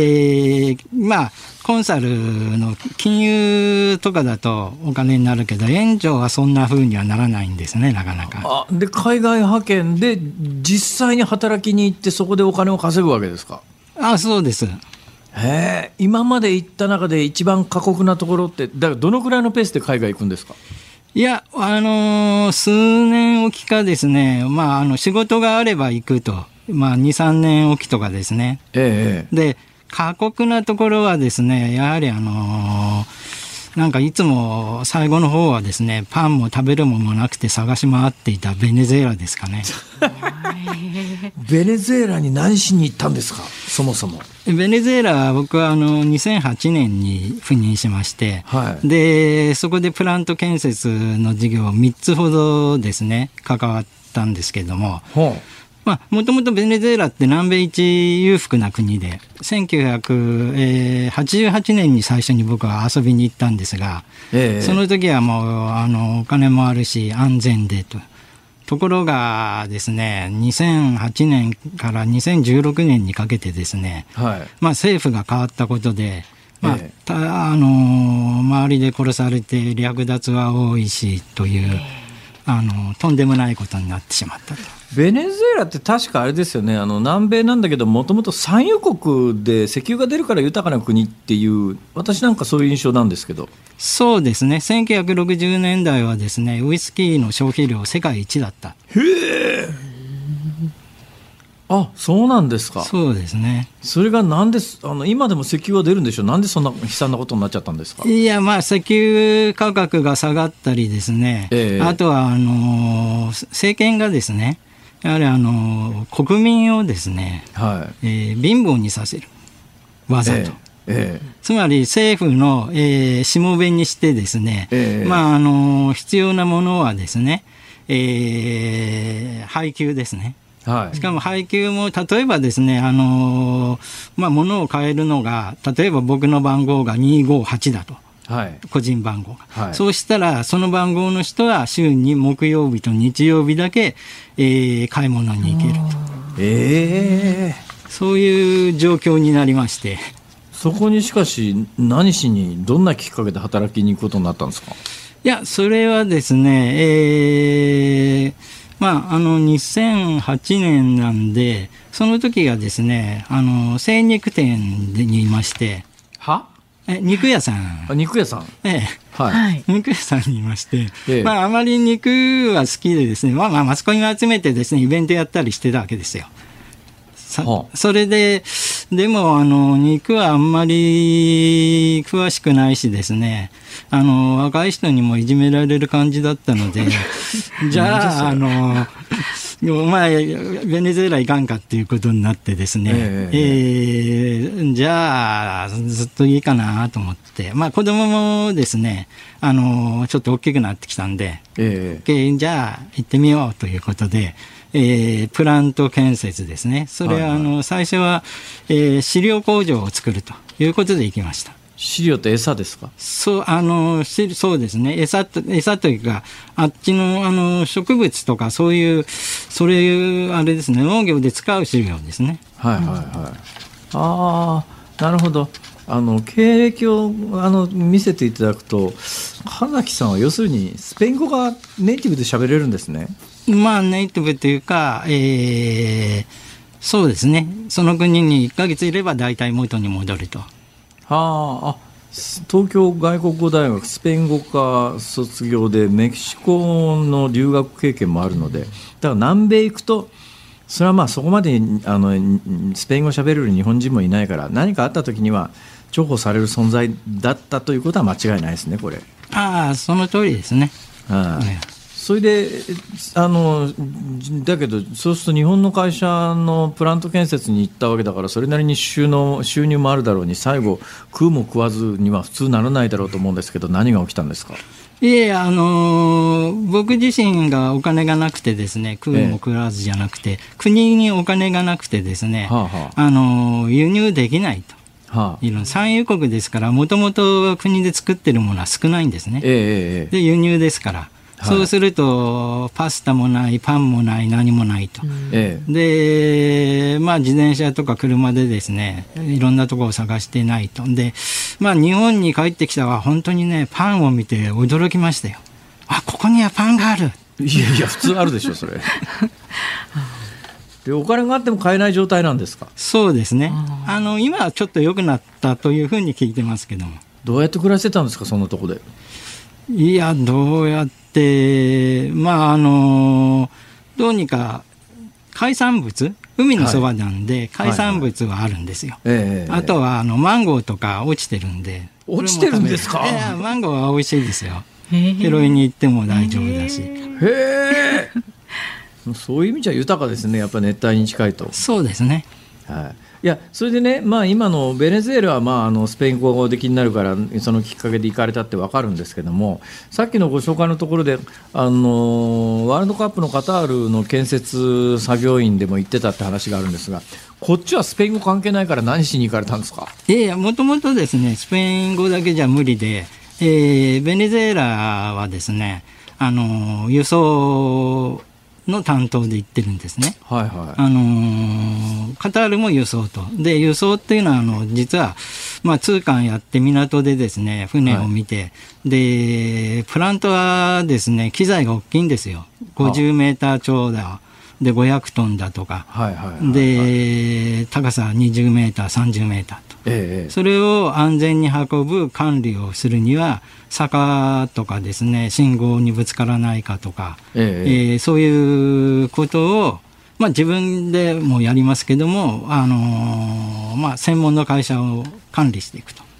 コンサルの金融とかだとお金になるけど、援助はそんな風にはならないんですね、なかなか。 で海外派遣で実際に働きに行ってそこでお金を稼ぐわけですか？ そうです。 今まで行った中で一番過酷なところってだからどのくらいのペースで海外行くんですか？ いや、数年おきかですね、仕事があれば行くと、2、3年おきとかですね。で、過酷なところはですね、やはりなんかいつも最後の方はですね、パンも食べるものもなくて探し回っていたベネズエラですかね。 ベネズエラに何しに行ったんですか、そもそも。 ベネズエラは僕は2008年に赴任しまして、でそこでプラント建設の事業を3つほどですね関わったんですけども、もともとベネズエラって南米一裕福な国で、1988年に最初に僕は遊びに行ったんですが、その時はもうお金もあるし安全でところがですね、2008年から2016年にかけてですね、政府が変わったことで、周りで殺されて略奪は多いしという、 とんでもないことになってしまったと。 ベネズエラって確かあれですよね、南米なんだけど、もともと産油国で石油が出るから豊かな国っていう、私なんかそういう印象なんですけど。 そうですね、1960年代はですね、ウイスキーの消費量世界一だった。 へえ。あ、そうなんですか。 そうですね。 それがなんで今でも石油は出るんでしょう。なんでそんな悲惨なことになっちゃったんですか。 いや、石油価格が下がったりですね、あとは政権がですね、やはり国民をですね、貧乏にさせる、わざと。つまり政府の、しもべにしてですね、必要なものはですね、配給ですね。しかも配給も例えばですね、物を買えるのが、例えば僕の番号が258だと。個人番号が、そうしたらその番号の人は週に木曜日と日曜日だけ、買い物に行けると、そういう状況になりまして。 そこにしかし何しにどんなきっかけで働きに行くことになったんですか。 いや、それはですね、2008年なんで、その時がですね、精肉店にいまして。肉屋さん。 肉屋さん。 肉屋さんにいまして、あまり肉は好きでですね、マスコミを集めてですね、イベントやったりしてたわけですよ。それで、でも肉はあんまり詳しくないしですね、若い人にもいじめられる感じだったので、じゃあ、お前、ベネズエラ行かんかっていうことになってですね、じゃあ、ずっといいかなと思って、子供もですね、ちょっと大きくなってきたんで、じゃあ行ってみようということで、プラント建設ですね。それは最初は、飼料工場を作るということで行きました。 飼料って餌ですか。 そうですね。餌というか、あっちの植物とかそういうあれですね、農業で使う飼料ですね。 ああ、なるほど。経歴を見せていただくと、金木さんは要するにスペイン語がネイティブで喋れるんですね。 ネイティブというか、そうですね。その国に1ヶ月いれば大体元に戻ると。 東京外国語大学スペイン語科卒業でメキシコの留学経験もあるので、だから南米行くとそれはそこまでスペイン語喋れる日本人もいないから、何かあった時には重宝される存在だったということは間違いないですね、これ。 その通りですね。 それでだけどそうすると日本の会社のプラント建設に行ったわけだから、それなりに収入もあるだろうに、最後食うも食わずには普通ならないだろうと思うんですけど、何が起きたんですか。 僕自身がお金がなくてですね、食うも食わずじゃなくて、国にお金がなくてですね、輸入できないと。産油国ですから、もともと国で作ってるものは少ないんですね。で輸入ですから、そうするとパスタもないパンもない何もないと、で自転車とか車でですね、いろんなところを探してないと。で日本に帰ってきたら本当にね、パンを見て驚きましたよ。ここにはパンがある。 いや普通あるでしょそれでお金があっても買えない状態なんですか。 そうですね。今はちょっと良くなったというふうに聞いてますけども。 どうやって暮らしてたんですか、そんなとこで。 いや、どうやってどうにか海産物、海のそばなんで海産物はあるんですよ。あとはマンゴーとか落ちてるんで。 落ちてるんですか。 マンゴーは美味しいですよ。拾いに行っても大丈夫だし。 そういう意味じゃ豊かですね、やっぱり熱帯に近いと。 そうですね。 いやそれでね、今のベネズエラはスペイン語がおできになるから、そのきっかけで行かれたって分かるんですけども、さっきのご紹介のところでワールドカップのカタールの建設作業員でも行ってたって話があるんですが、こっちはスペイン語関係ないから何しに行かれたんですか。 もともとですね、スペイン語だけじゃ無理で、ベネズエラはですね、輸送の担当で行ってるんですね。 はいはい。 カタールも輸送と。で、輸送っていうのは、実は、通関やって港でですね、船を見て、はい、で、プラントはですね、機材が大きいんですよ。50メーター超だ。で、500トンだとか。はいはいはいはい、で、高さ20メーター、30メーターと。それを安全に運ぶ管理をするには、坂とかですね、信号にぶつからないかとか、そういうことを、自分でもやりますけども、専門の会社を管理していくと。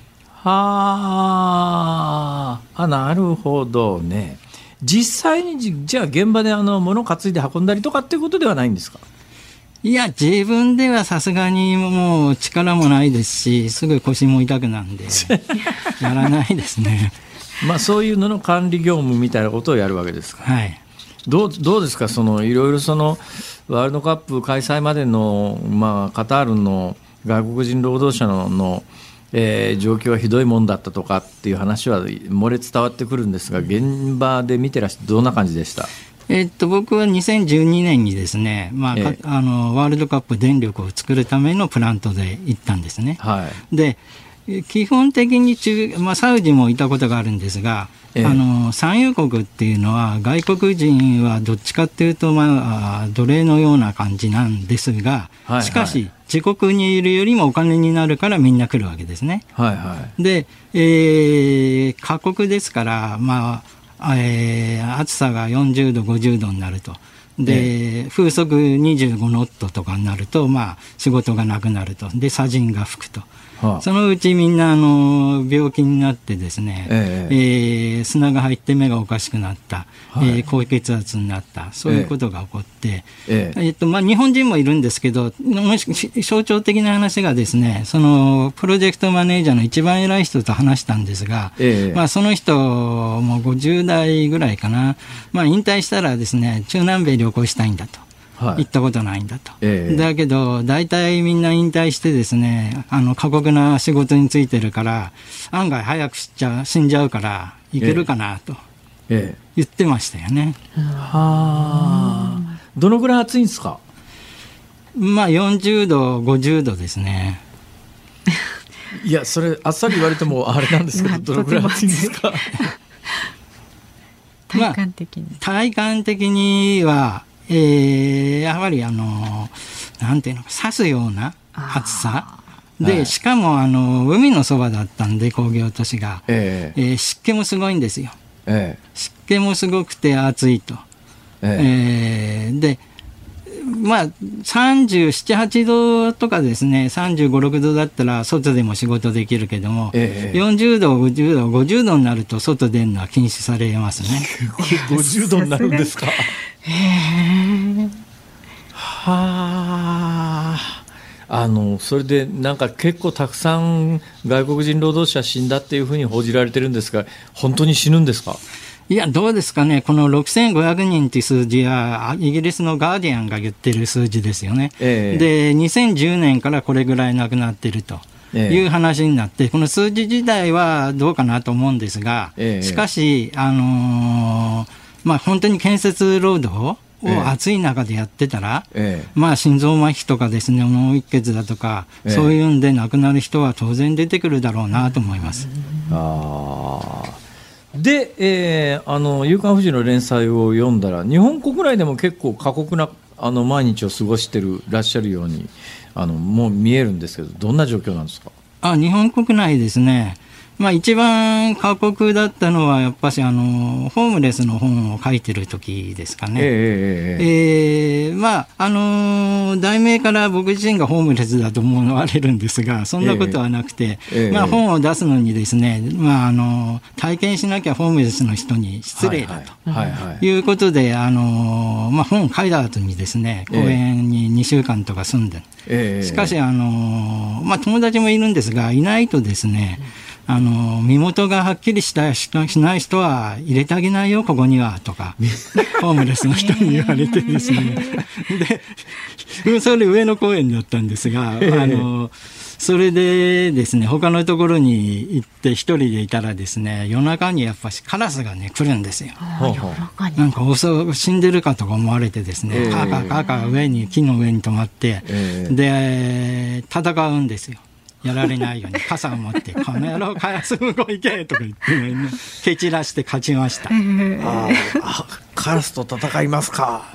はあ、なるほどね。実際にじゃあ現場で物を担いで運んだりとかっていうことではないんですか？ いや、自分ではさすがにもう力もないですし、すぐ腰も痛くなんでやらないですね。 そういうのの管理業務みたいなことをやるわけですか？ はい。 どうですか、いろいろワールドカップ開催までの、カタールの外国人労働者の状況はひどいもんだったとかっていう話は漏れ伝わってくるんですが、現場で見てらしてどんな感じでした？ 僕は2012年にですね、ワールドカップ電力を作るためのプラントで行ったんですね。はい、で基本的にサウジもいたことがあるんですが、産油国っていうのは外国人はどっちかっていうと、奴隷のような感じなんですが、しかし自国にいるよりもお金になるからみんな来るわけですね。はいはい、で、過酷ですから、暑さが40度50度になると。で、風速25ノットとかになると、仕事がなくなると。で、砂塵が吹くと。そのうちみんな病気になってですね、砂が入って目がおかしくなった、高血圧になった、そういうことが起こって、日本人もいるんですけど、象徴的な話がですね、そのプロジェクトマネージャーの一番偉い人と話したんですが、その人も50代ぐらいかな、引退したらですね、中南米旅行したいんだと。行ったことないんだと。だけど、大体みんな引退してですね、過酷な仕事についてるから、案外早く死んじゃうから、いけるかなと言ってましたよね。 どのぐらい暑いんですか ？40度、50度ですね。 いや、それ、あっさり言われてもあれなんですけど、どのぐらい暑いんですか？ 体感的に。 体感的には、やはりなんていうのか、刺すような暑さで、しかも海のそばだったんで、工業都市が、湿気もすごいんですよ。湿気もすごくて暑いと。で、37、8度とかですね、35、6度だったら外でも仕事できるけども、40度、50度、50度になると外出るのは禁止されますね。 50度になるんですか？それでなんか結構たくさん外国人労働者死んだっていうふうに報じられてるんですが、本当に死ぬんですか？ いや、どうですかね。この6500人っていう数字は、イギリスのガーディアンが言ってる数字ですよね。で、2010年からこれぐらい亡くなってるという話になって、この数字自体はどうかなと思うんですが、しかし、本当に建設労働を暑い中でやってたら、心臓麻痺とかですね、脳一血だとか、そういうんで亡くなる人は当然出てくるだろうなと思います。 で、夕刊フジの連載を読んだら、日本国内でも結構過酷な毎日を過ごしてらっしゃるようにもう見えるんですけど、どんな状況なんですか？ 日本国内ですね、一番過酷だったのはやっぱしホームレスの本を書いてる時ですかね。題名から僕自身がホームレスだと思われるんですが、そんなことはなくて、本を出すのにですね、体験しなきゃホームレスの人に失礼だということで、本を書いた後にですね、公園に2週間とか住んで、しかし友達もいるんですが、いないとですね、身元がはっきりしない人は入れてあげないよ、ここには、とか、ホームレスの人に言われてですね。で、それ上野公園だったんですが、 それでですね、他のところに行って一人でいたらですね、夜中にやっぱしカラスがね、来るんですよ。なんか死んでるかとか思われてですね、カーカーカーカー木の上に止まって、で、戦うんですよ。やられないように傘を持ってこの野郎カラス向こう行けとか言って、ね、蹴散らして勝ちました。 カラスと戦いますか。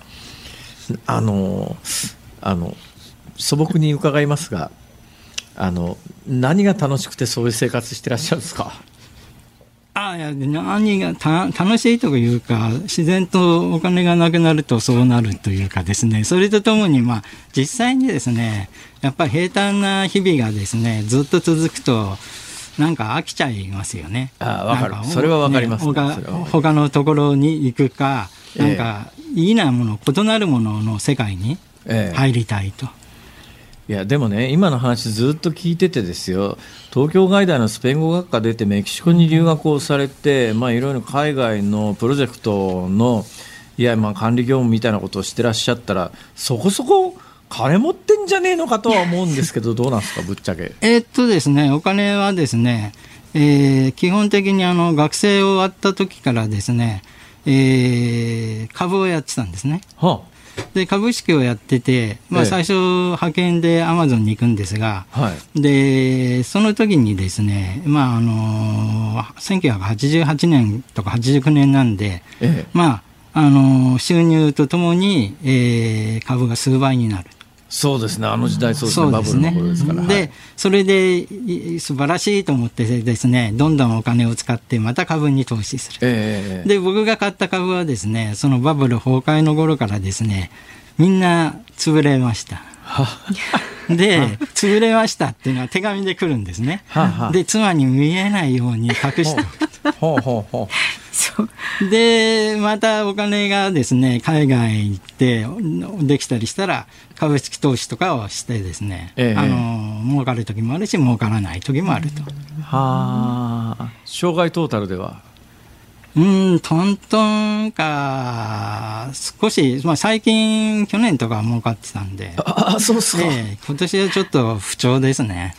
素朴に伺いますが、何が楽しくてそういう生活してらっしゃるんですか。 いや、何が楽しいというか、自然とお金がなくなるとそうなるというかですね、それとともに実際にですね、やっぱり平坦な日々がですね、ずっと続くとなんか飽きちゃいますよね。 わかる。それはわかります、ね。 他のところに行くか、なんかいいなもの、異なるものの世界に入りたいと。 いやでもね、今の話ずっと聞いててですよ、東京外大のスペイン語学科出てメキシコに留学をされて、いろいろ海外のプロジェクトの管理業務みたいなことをしてらっしゃったら、そこそこ金持ってんじゃねえのかとは思うんですけどどうなんですか、ぶっちゃけ。 ですね、お金はですね、基本的に学生終わった時からですね、株をやってたんですね。で株式をやってて、最初派遣でアマゾンに行くんですが、でその時にですね、1988年とか89年なんで、収入とともに、株が数倍になる。 そうですね、あの時代そうですね、バブルの頃ですから。 でそれで素晴らしいと思ってですね、どんどんお金を使ってまた株に投資する。で僕が買った株はですね、そのバブル崩壊の頃からですね、みんな潰れました。で潰れましたっていうのは手紙で来るんですね。で妻に見えないように隠しておく。でまたお金がですね、海外行ってできたりしたら株式投資とかをしてですね、儲かる時もあるし儲からない時もあると。 生涯トータルではトントンか少し、最近去年とか儲かってたんで。 そうっすか。 今年はちょっと不調ですね。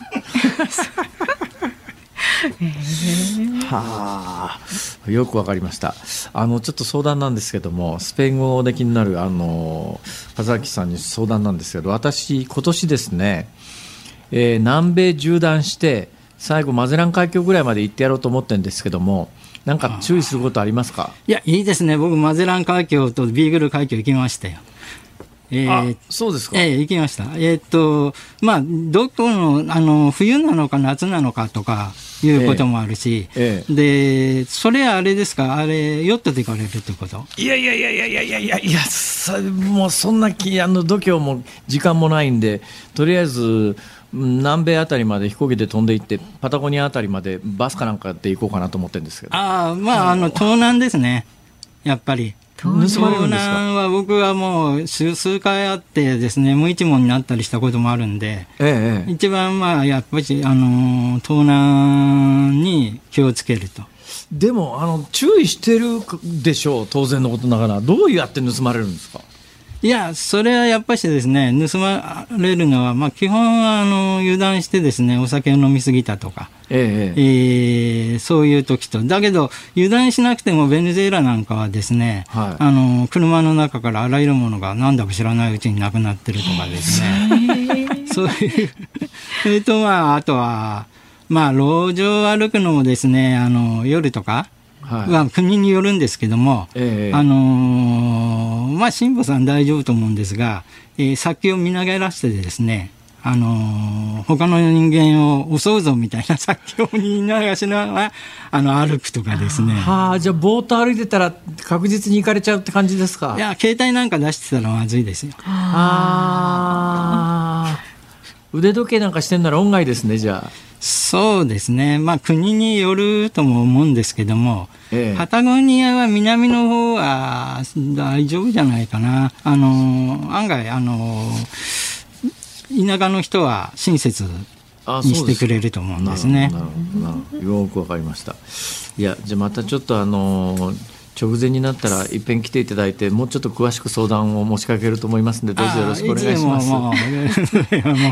よくわかりました。ちょっと相談なんですけども、スペイン語で気になる和明さんに相談なんですけど、私今年ですね、南米縦断して最後マゼラン海峡ぐらいまで行ってやろうと思ってるんですけども、なんか注意することありますか。 いや、いいですね。僕マゼラン海峡とビーグル海峡行きましたよ。 そうですか。 行きました。どこの冬なのか夏なのかとかいうこともあるし、でそれはあれですか、あれヨットで行かれるってこと。 いやもうそんな度胸も時間もないんで、とりあえず南米あたりまで飛行機で飛んで行ってパタゴニアあたりまでバスかなんかで行こうかなと思ってるんですけど。 盗難ですね、やっぱり。盗難は僕はもう数回あってですね、無一文になったりしたこともあるんで、一番やっぱり盗難に気をつけると。 でも注意してるでしょう、当然のことながら。どうやって盗まれるんですか。 いや、それはやっぱりですね、盗まれるのは、基本は油断してですね、お酒を飲み過ぎたとか、そういう時と、だけど油断しなくてもベネズエラなんかはですね、車の中からあらゆるものがなんだか知らないうちになくなってるとかですね、そういうそれとあとは路上を歩くのもですね、夜とかは国によるんですけども、辛坊さん大丈夫と思うんですが、先を見ながらしてですね、他の人間を襲うぞみたいな先を見ながらしながら歩くとかですね。 じゃあぼーっと歩いてたら確実に行かれちゃうって感じですか。 いや、携帯なんか出してたらまずいですよ。 腕時計なんかしてんなら音外ですね。じゃあそうですね、国によるとも思うんですけども、パタゴニアは南の方は大丈夫じゃないかな。案外田舎の人は親切にしてくれると思うんですね。 よくわかりました。いや、じゃあまたちょっと直前になったらいっぺん来ていただいて、もうちょっと詳しく相談を申しかけると思いますので、どうぞよろしくお願いします。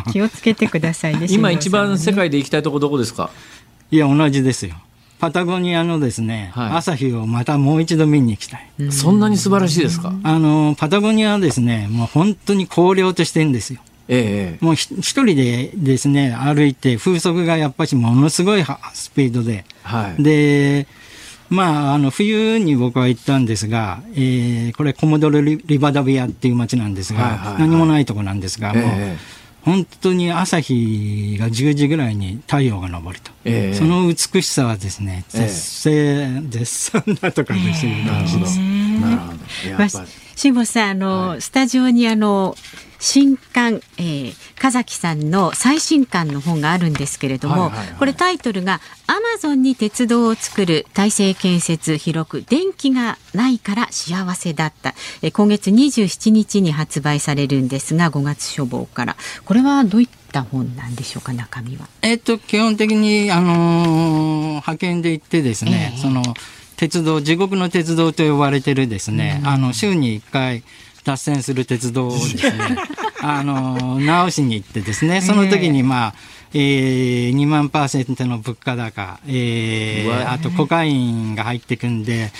気をつけてくださいね。 今一番世界で行きたいとこどこですか？ いや、同じですよ。パタゴニアのですね、朝日をまたもう一度見に行きたい。 そんなに素晴らしいですか？ パタゴニアはですね、もう本当に荒涼としてるんですよ。もう一人でですね、歩いて、風速がやっぱりものすごいスピードで、で、冬に僕は行ったんですが、これコモドロリバダビアっていう街なんですが、何もないとこなんですが、もう本当に朝日が10時ぐらいに太陽が昇ると、その美しさはですね、絶賛だとかですね。 なるほど。 辛坊さん、スタジオに新刊、風木さんの最新刊の本があるんですけれども、これタイトルがアマゾンに鉄道を作る大成建設広く電気がないから幸せだった、今月27日に発売されるんですが、5月初号から。これはどういった本なんでしょうか、中身は。 基本的に、派遣で行ってですね、その鉄道、地獄の鉄道と呼ばれてるですね、週に1回脱線する鉄道をですね直しに行ってですね、その時に2万%の物価高、あとコカインが入ってくんで、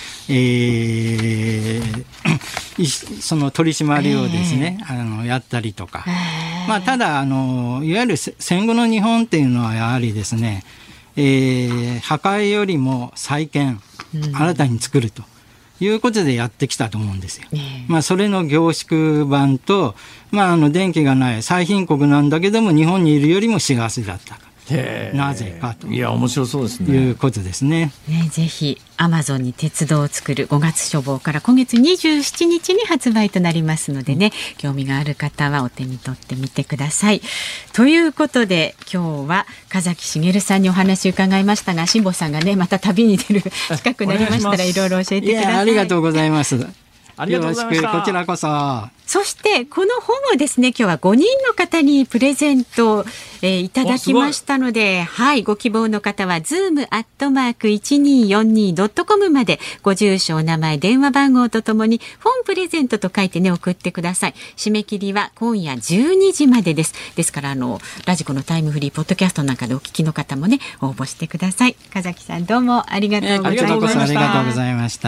その取り締まりをですね、やったりとか、ただいわゆる戦後の日本っていうのはやはりですね、破壊よりも再建、新たに作るということでやってきたと思うんですよ。それの凝縮版と、電気がない最貧国なんだけども日本にいるよりも幸せだったか。なぜかと。 いや、面白そうですね。 いうことですね。 ぜひアマゾンに鉄道を作る5月初号から今月27日に発売となりますのでね、興味がある方はお手に取ってみてください。ということで今日は風木しげるさんにお話を伺いましたが、辛坊さんがねまた旅に出る近くなりましたらいろいろ教えてください。 ありがとうございます。 ありがとうございました。 よろしく、こちらこそ。 そしてこの本をですね、今日は5人の方にプレゼント、いただきましたので、ご希望の方は zoom@1242.com までご住所、お名前、電話番号とともに本プレゼントと書いてね送ってください。締め切りは今夜12時までです。ですからラジコのタイムフリーポッドキャストなんかでお聞きの方もね応募してください。風木さんどうもありがとうございました。 ありがとうございました。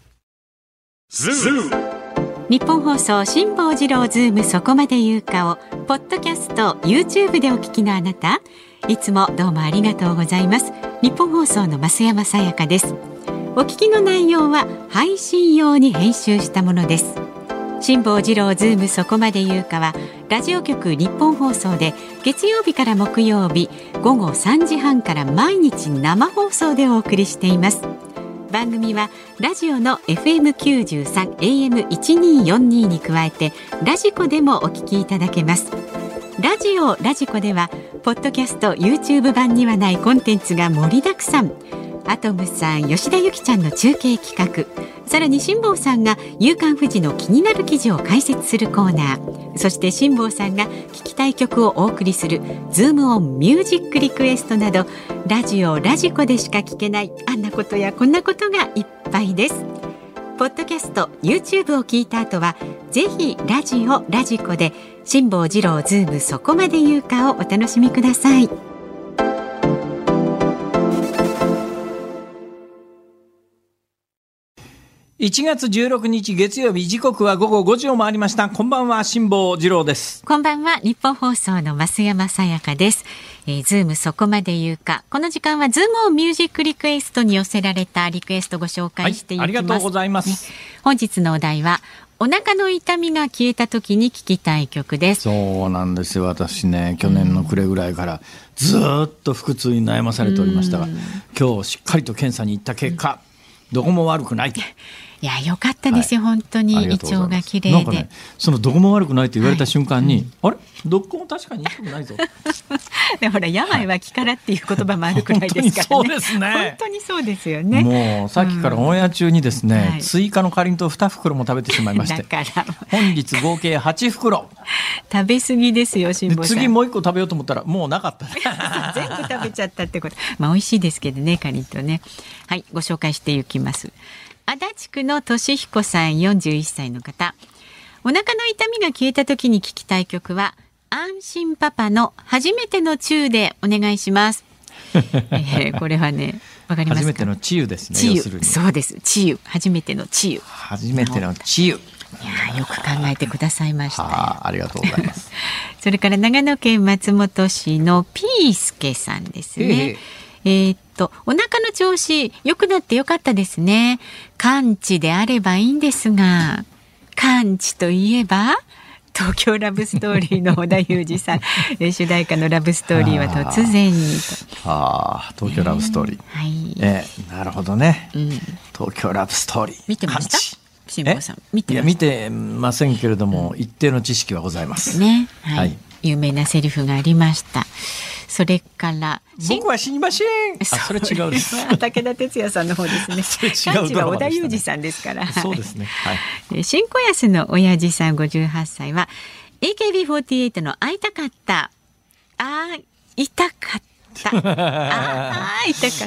日本放送辛坊治郎ズームそこまで言うかをポッドキャスト YouTube でお聞きのあなた、いつもどうもありがとうございます。日本放送の増山さやかです。お聞きの内容は配信用に編集したものです。辛坊治郎ズームそこまで言うかはラジオ局日本放送で月曜日から木曜日午後3時半から毎日生放送でお送りしています。番組はラジオの FM93 AM1242 に加えてラジコでもお聞きいただけます。ラジコではポッドキャスト YouTube 版にはないコンテンツが盛りだくさん。アトムさん、吉田ゆきちゃんの中継企画、さらに辛坊さんが夕刊フジの気になる記事を解説するコーナー、そして辛坊さんが聞きたい曲をお送りするズームオンミュージックリクエストなど、ラジコでしか聞けないあんなことやこんなことがいっぱいです。ポッドキャスト YouTube を聞いた後はぜひラジコで辛坊治郎ズームそこまで言うかをお楽しみください。 1月16日月曜日、時刻は午後5時を回りました。こんばんは、辛坊治郎です。 こんばんは、日本放送の増山さやかです。ズームそこまで言うか。この時間はズームオンミュージックリクエストに寄せられたリクエストをご紹介していきます。 ありがとうございます。 本日のお題はお腹の痛みが消えた時に聴きたい曲です。 そうなんですよ。私ね、去年の暮れぐらいからずっと腹痛に悩まされておりましたが、今日しっかりと検査に行った結果、どこも悪くない。 いや、よかったですよ、本当に胃腸が綺麗で。 なんかね、そのどこも悪くないと言われた瞬間に、あれどこも確かに痛くないぞでほら、病は気からっていう言葉もあるくらいですからね。 本当にそうですね。 本当にそうですよね。 もうさっきからオンエア中にですね、追加のかりんとう2袋も食べてしまいまして、 だから本日合計8袋食べ過ぎですよ、辛坊さん。 次もう1個食べようと思ったらもうなかった全部食べちゃったってこと。美味しいですけどね、かりんとうね。はい、ご紹介していきます。 足立区の俊彦さん41歳の方、お腹の痛みが消えた時に聴きたい曲は安心パパの初めてのチューでお願いします。これはね、わかりますか？ 初めてのチユですね。 チユ、そうです。チユ、初めてのチユ。 初めてのチユ。 いや、よく考えてくださいました。 ありがとうございます。 それから長野県松本市のピースケさんですね。お腹の調子良くなってよかったですね。完治であればいいんですが、完治といえば東京ラブストーリーの織田裕二さん主題歌のラブストーリーは突然にと。東京ラブストーリー、なるほどね、東京ラブストーリー見てました？辛坊さん見てました？ 見てませんけれども、一定の知識はございますね。はい、有名なセリフがありました。それから僕は死にません。それ違うです。 武田鉄矢さんの方ですね。漢字は織田裕二さんですから。 そうですね。はい。 新小安の親父さん58歳は AKB48 の会いたかった。痛かった。痛かった。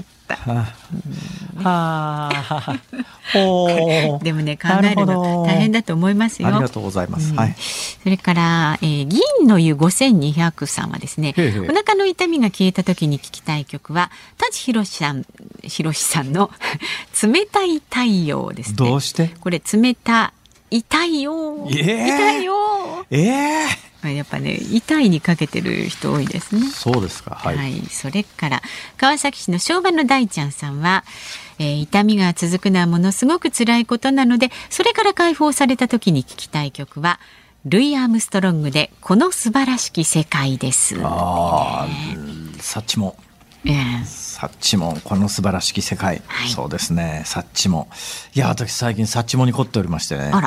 でもね、考えるの大変だと思いますよ。 ありがとうございます。 それから、銀の湯5200さんはですね、お腹の痛みが消えた時に聴きたい曲は舘ひろしさんの冷たい太陽ですね。 どうして？これ冷たい痛いよ、痛いよ。やっぱね、痛いにかけてる人多いですね。 そうですか。はい。 それから川崎市の昭和の大ちゃんさんは、痛みが続くのはものすごく辛いことなので、それから解放された時に聴きたい曲はルイ・アームストロングでこの素晴らしき世界です。 サッチモサッチモこの素晴らしき世界、そうですね。サッチモ、いや、私最近サッチモに凝っておりましてね。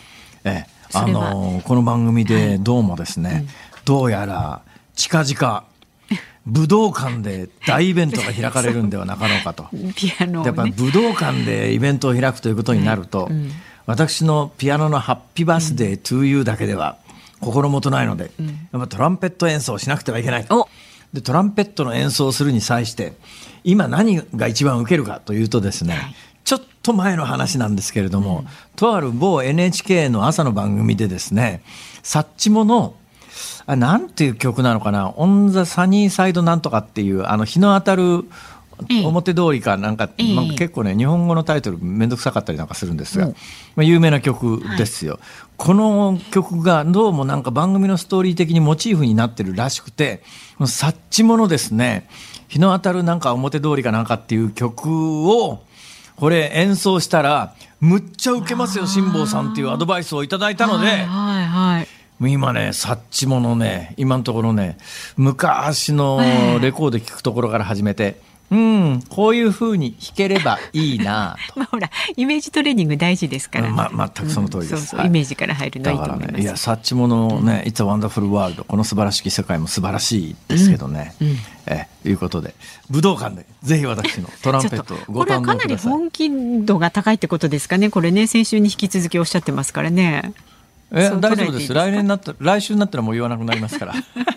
この番組でどうもですね、どうやら近々武道館で大イベントが開かれるんではなかろうかと。 ピアノをね、 やっぱり武道館でイベントを開くということになると、私のピアノのハッピーバースデートゥーユーだけでは心もとないので、やっぱトランペット演奏をしなくてはいけない。でトランペットの演奏をするに際して今何が一番受けるかというとですね、ちょっと前の話なんですけれども、とある某 NHK の朝の番組でですね、サッチモのなんていう曲なのかな、オンザサニーサイドなんとかっていう日の当たる表通りかなんか、結構ね日本語のタイトルめんどくさかったりなんかするんですが、有名な曲ですよ。この曲がどうもなんか番組のストーリー的にモチーフになってるらしくて、サッチモのですね、日の当たるなんか表通りかなんかっていう曲をこれ演奏したらむっちゃウケますよ辛坊さんっていうアドバイスをいただいたので、今ねサッチモのね、今のところね昔のレコード聞くところから始めて、こういう風に弾ければいいなと。 ほらイメージトレーニング大事ですから、 全くその通りです。 イメージから入るのいいと思います。だからね、 いやサッチモのね、It's a Wonderful World この素晴らしき世界も素晴らしいですけどね、いうことで武道館でぜひ私のトランペットをご堪能ください。これはかなり本気度が高いってことですかね。これね、先週に引き続きおっしゃってますからね。 大丈夫です。来週になったらもう言わなくなりますから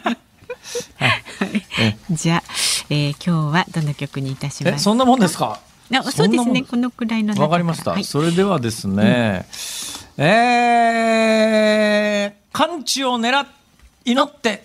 じゃあ、今日はどの曲にいたしますか？ そんなもんですか？ そうですね、このくらいの中から。 わかりました、それではですね、完治を祈って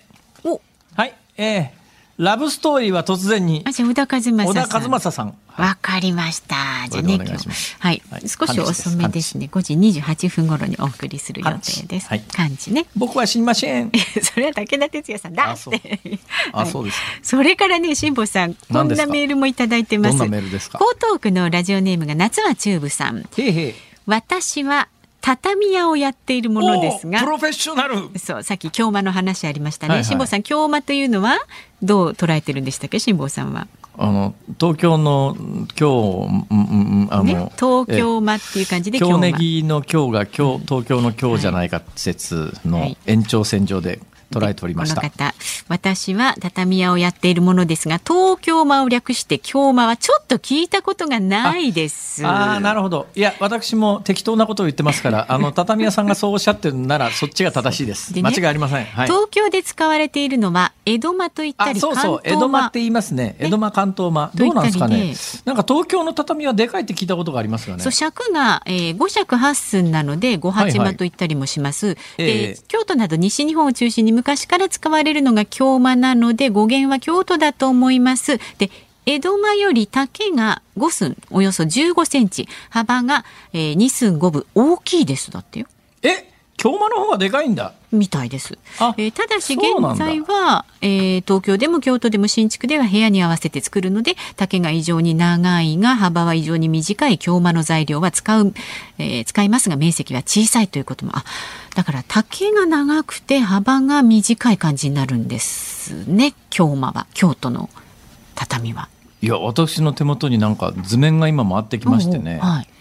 ラブストーリーは突然に。 小田和正さん。わかりました。じゃあね、今日少し遅めですね。5時28分頃にお送りする予定です。漢字ね。 僕は死にません。 それは武田鉄矢さんだって。 そうです。 それからね、辛坊さん、こんなメールもいただいてます。 どんなメールですか？ 江東区のラジオネームが夏はチューブさん。私は畳屋をやっているものですが、 プロフェッショナル。 そう、さっき京間の話ありましたね。辛坊さん、京間というのはどう捉えてるんでしたっけ、辛坊さんは。 東京の京、 東京間っていう感じで京ネギの京が東京の京じゃないか説の延長線上で、 捉えておりました。 この方、私は畳屋をやっているものですが、東京間を略して京間はちょっと聞いたことがないです。 なるほど。いや、私も適当なことを言ってますから畳屋さんがそうおっしゃってるならそっちが正しいです。間違いありません、はい。 東京で使われているのは江戸間といったり、 そうそう、江戸間って言いますね。江戸間、関東間、どうなんですかね。なんか東京の畳はでかいって聞いたことがありますがね。 そう、尺が、5尺8寸なので5八間と言ったりもします、で京都など西日本を中心に昔から使われるのが京間なので語源は京都だと思います。で江戸間より丈が5寸およそ15センチ、幅が、2寸5分、大きいですだってよ。 京間の方がでかいんだみたいです。ただし現在は、東京でも京都でも新築では部屋に合わせて作るので、丈が異常に長いが幅は異常に短い京間の材料は使いますが面積は小さいということも、だから丈が長くて幅が短い感じになるんですね。京間は、京都の畳は。 いや、私の手元になんか図面が今回ってきましてね、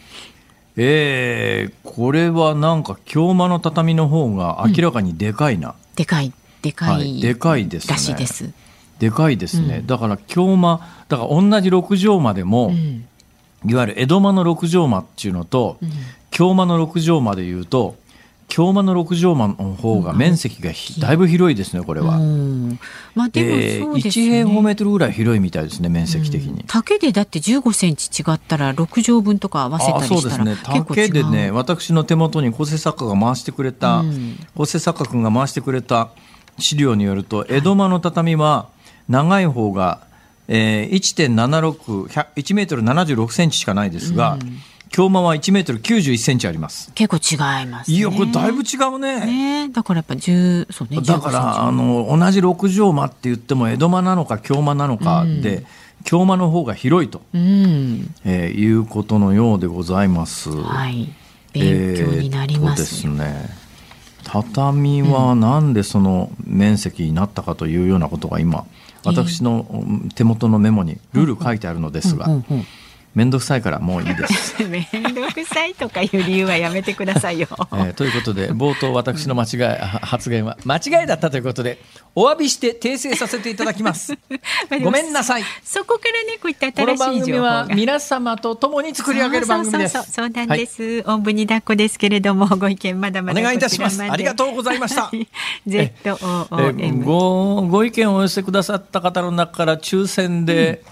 これはなんか京間の畳の方が明らかにでかいな、 でかいでかいですね。 らしいです。 でかいですね、だから京間だから同じ6畳間でも、いわゆる江戸間の6畳間っていうのと、京間の6畳間でいうと京間の6畳間の方が面積がだいぶ広いですね、これは。 でもそうですね、 1平方メートルぐらい広いみたいですね、面積的に。 丈でだって15センチ違ったら6畳分とか合わせたりしたら、そうですね、 丈でね、私の手元に構成作家が回してくれた、構成作家君が回してくれた資料によると、江戸間の畳は長い方が、1.76、1メートル76センチしかないですが、京間は1メートル91センチあります。 結構違いますね。 いや、これだいぶ違うね。 だからやっぱそうね。 だから同じ6畳間って言っても江戸間なのか京間なのかで、京間の方が広いと、いうことのようでございます。 勉強になります。 ですね。畳はなんでその面積になったかというようなことが今、私の手元のメモにルール書いてあるのですが、めんどくさいからもういいですめんどくさいとかいう理由はやめてくださいよ、 ということで冒頭私の発言は間違いだったということでお詫びして訂正させていただきますごめんなさい。 そこからね、こういった新しい情報が、この番組は皆様と共に作り上げる番組です。 そうなんです、おんぶに抱っこですけれども、ご意見まだまだお願いいたします。ありがとうございました ZOOM ご意見をお寄せくださった方の中から抽選で、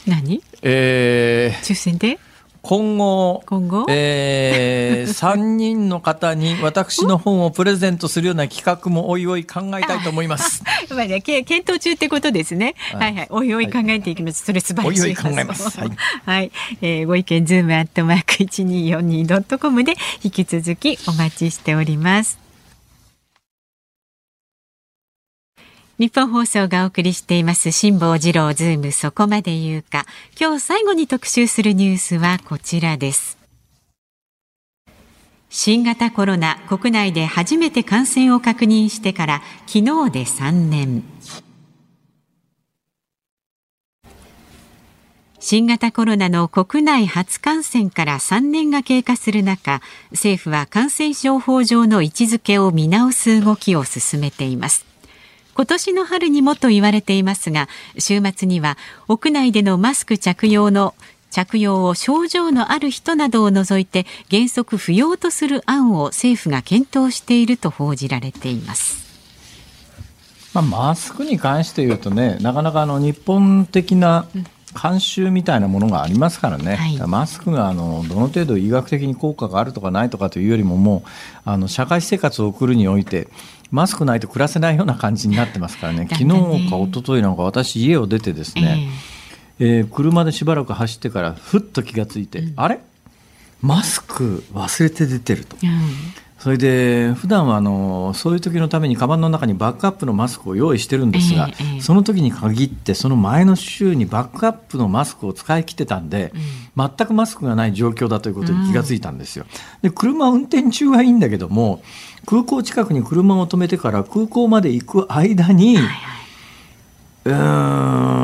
抽選で今後3人の方に私の本をプレゼントするような企画もおいおい考えたいと思います検討中ってことですね。おいおい考えていきます。それ素晴らしい。 おいおい考えます。 ご意見zoom@1242.com で引き続きお待ちしております。日本放送がお送りしています辛坊治郎ズームそこまで言うか。今日最後に特集するニュースはこちらです。新型コロナ、国内で初めて感染を確認してから昨日で3年。新型コロナの国内初感染から3年が経過する中、政府は感染症法上の位置づけを見直す動きを進めています。今年の春にもと言われていますが、週末には屋内でのマスク着用を症状のある人などを除いて原則不要とする案を政府が検討していると報じられています。 マスクに関して言うとね、なかなか日本的な慣習みたいなものがありますからね、マスクがどの程度医学的に効果があるとかないとかというよりも、もう社会生活を送るにおいてマスクないと暮らせないような感じになってますからね。昨日か一昨日なんか私家を出てですね、車でしばらく走ってからふっと気がついて、あれマスク忘れて出てると、それで普段はそういう時のためにカバンの中にバックアップのマスクを用意してるんですが、その時に限ってその前の週にバックアップのマスクを使い切ってたんで、全くマスクがない状況だということに気がついたんですよ。で車運転中はいいんだけども、空港近くに車を止めてから空港まで行く間に、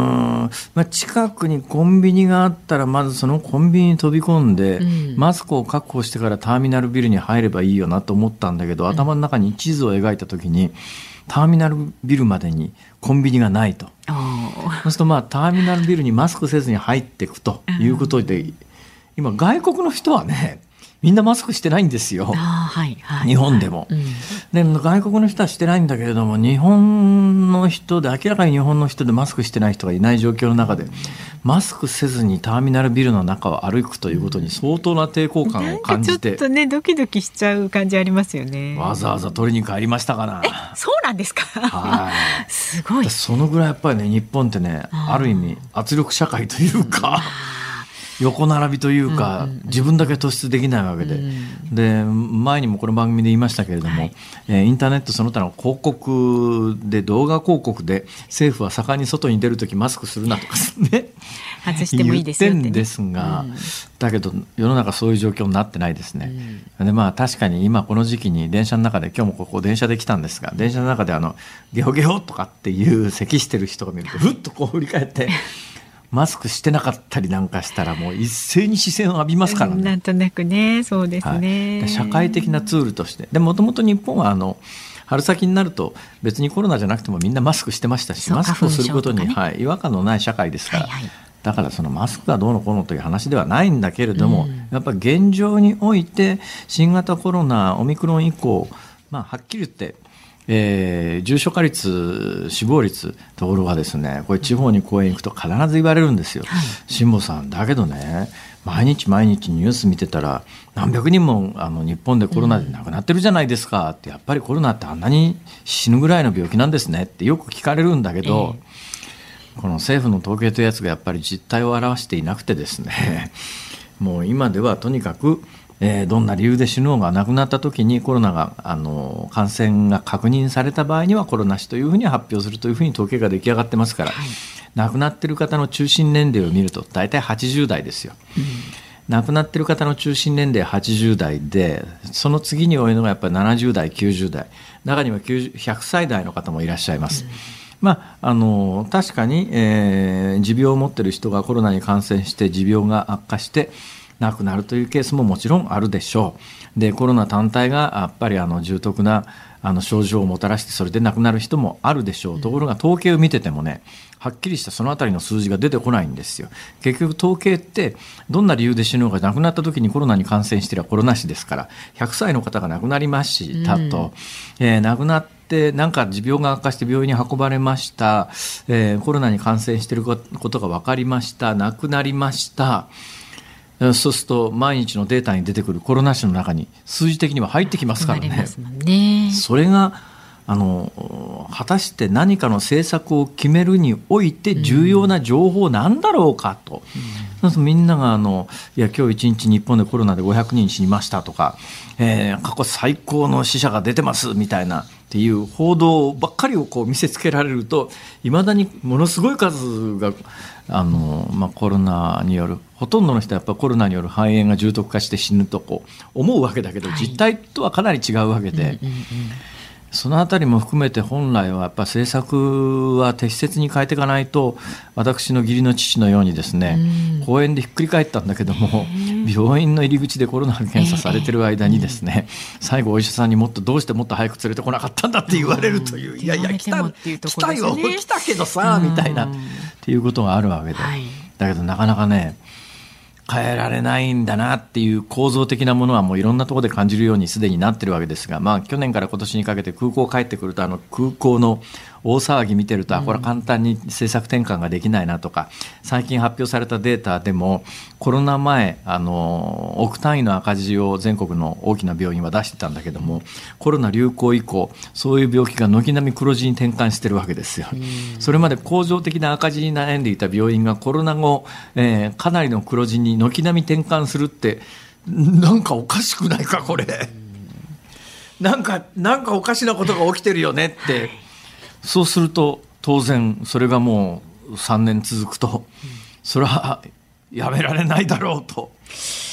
近くにコンビニがあったらまずそのコンビニに飛び込んで、マスクを確保してからターミナルビルに入ればいいよなと思ったんだけど、頭の中に地図を描いた時にターミナルビルまでにコンビニがないと。そうするとターミナルビルにマスクせずに入っていくということで、今外国の人はねみんなマスクしてないんですよ、日本でも、で外国の人はしてないんだけれども、日本の人で明らかに日本の人でマスクしてない人がいない状況の中で、マスクせずにターミナルビルの中を歩くということに相当な抵抗感を感じて、 ちょっとねドキドキしちゃう感じありますよね。 わざわざ取りに帰りましたかな。 そうなんですか。すごい。 そのぐらいやっぱりね、日本ってね、ある意味圧力社会というか横並びというか、自分だけ突出できないわけで、で前にもこの番組で言いましたけれども、インターネットその他の広告で、動画広告で政府は盛んに外に出るときマスクするなとかね外してもいいですよって、ね、 言ってんですが、だけど世の中そういう状況になってないですね。で確かに今この時期に電車の中で、今日もここ電車で来たんですが、電車の中でゲホゲホとかっていう咳してる人が見るとふっとこう振り返ってマスクしてなかったりなんかしたらもう一斉に視線を浴びますからね。 なんとなくね、そうですね、 社会的なツールとして。でもともと日本は春先になると別にコロナじゃなくてもみんなマスクしてましたし、マスクをすることに、違和感のない社会ですから、だからそのマスクがどうのこうのという話ではないんだけれども、やっぱり現状において新型コロナオミクロン以降、はっきり言って重症化率、死亡率ところがですね、これ地方に公演行くと必ず言われるんですよ。辛坊さん、だけどね、毎日毎日ニュース見てたら何百人も日本でコロナで亡くなってるじゃないですかって、やっぱりコロナってあんなに死ぬぐらいの病気なんですねってよく聞かれるんだけど、この政府の統計というやつがやっぱり実態を表していなくてですね、もう今ではとにかくどんな理由で死ぬのが亡くなった時にコロナが感染が確認された場合にはコロナ死というふうに発表するというふうに統計が出来上がってますから、亡くなっている方の中心年齢を見ると大体80代ですよ。亡くなっている方の中心年齢80代で、その次に多いのがやっぱり70代90代、中には100歳代の方もいらっしゃいます。確かに、持病を持っている人がコロナに感染して持病が悪化して亡くなるというケースももちろんあるでしょう。でコロナ単体がやっぱり重篤な症状をもたらしてそれで亡くなる人もあるでしょう。ところが統計を見ててもね、はっきりしたそのあたりの数字が出てこないんですよ。結局統計ってどんな理由で死ぬのか、亡くなった時にコロナに感染していればコロナ死ですから、100歳の方が亡くなりましたと、亡くなってなんか持病が悪化して病院に運ばれました、コロナに感染していることが分かりました、亡くなりました。そうすると毎日のデータに出てくるコロナ死の中に数字的には入ってきますからね。それが果たして何かの政策を決めるにおいて重要な情報なんだろうかと、みんながいや今日1日日本でコロナで500人死にましたとか、過去最高の死者が出てますみたいなっていう報道ばっかりをこう見せつけられると、いまだにものすごい数がコロナによる、ほとんどの人はやっぱコロナによる肺炎が重篤化して死ぬとこう思うわけだけど、実態とはかなり違うわけで、そのあたりも含めて本来はやっぱ政策は適切に変えていかないと、私の義理の父のようにですね、公園でひっくり返ったんだけども、病院の入り口でコロナ検査されてる間にですね、最後お医者さんにどうしてもっと早く連れてこなかったんだって言われるという、いやいや来たよ来たけどさみたいなっていうことがあるわけで、だけどなかなかね変えられないんだなっていう構造的なものはもういろんなところで感じるようにすでになってるわけですが、去年から今年にかけて空港帰ってくると空港の大騒ぎ見てると、これは簡単に政策転換ができないなとか、最近発表されたデータでもコロナ前億単位の赤字を全国の大きな病院は出してたんだけども、コロナ流行以降そういう病気が軒並み黒字に転換してるわけですよ。それまで恒常的な赤字に悩んでいた病院がコロナ後、かなりの黒字に軒並み転換するって、なんかおかしくないかこれなんかおかしなことが起きてるよねって、そうすると当然それがもう3年続くと、それはやめられないだろうと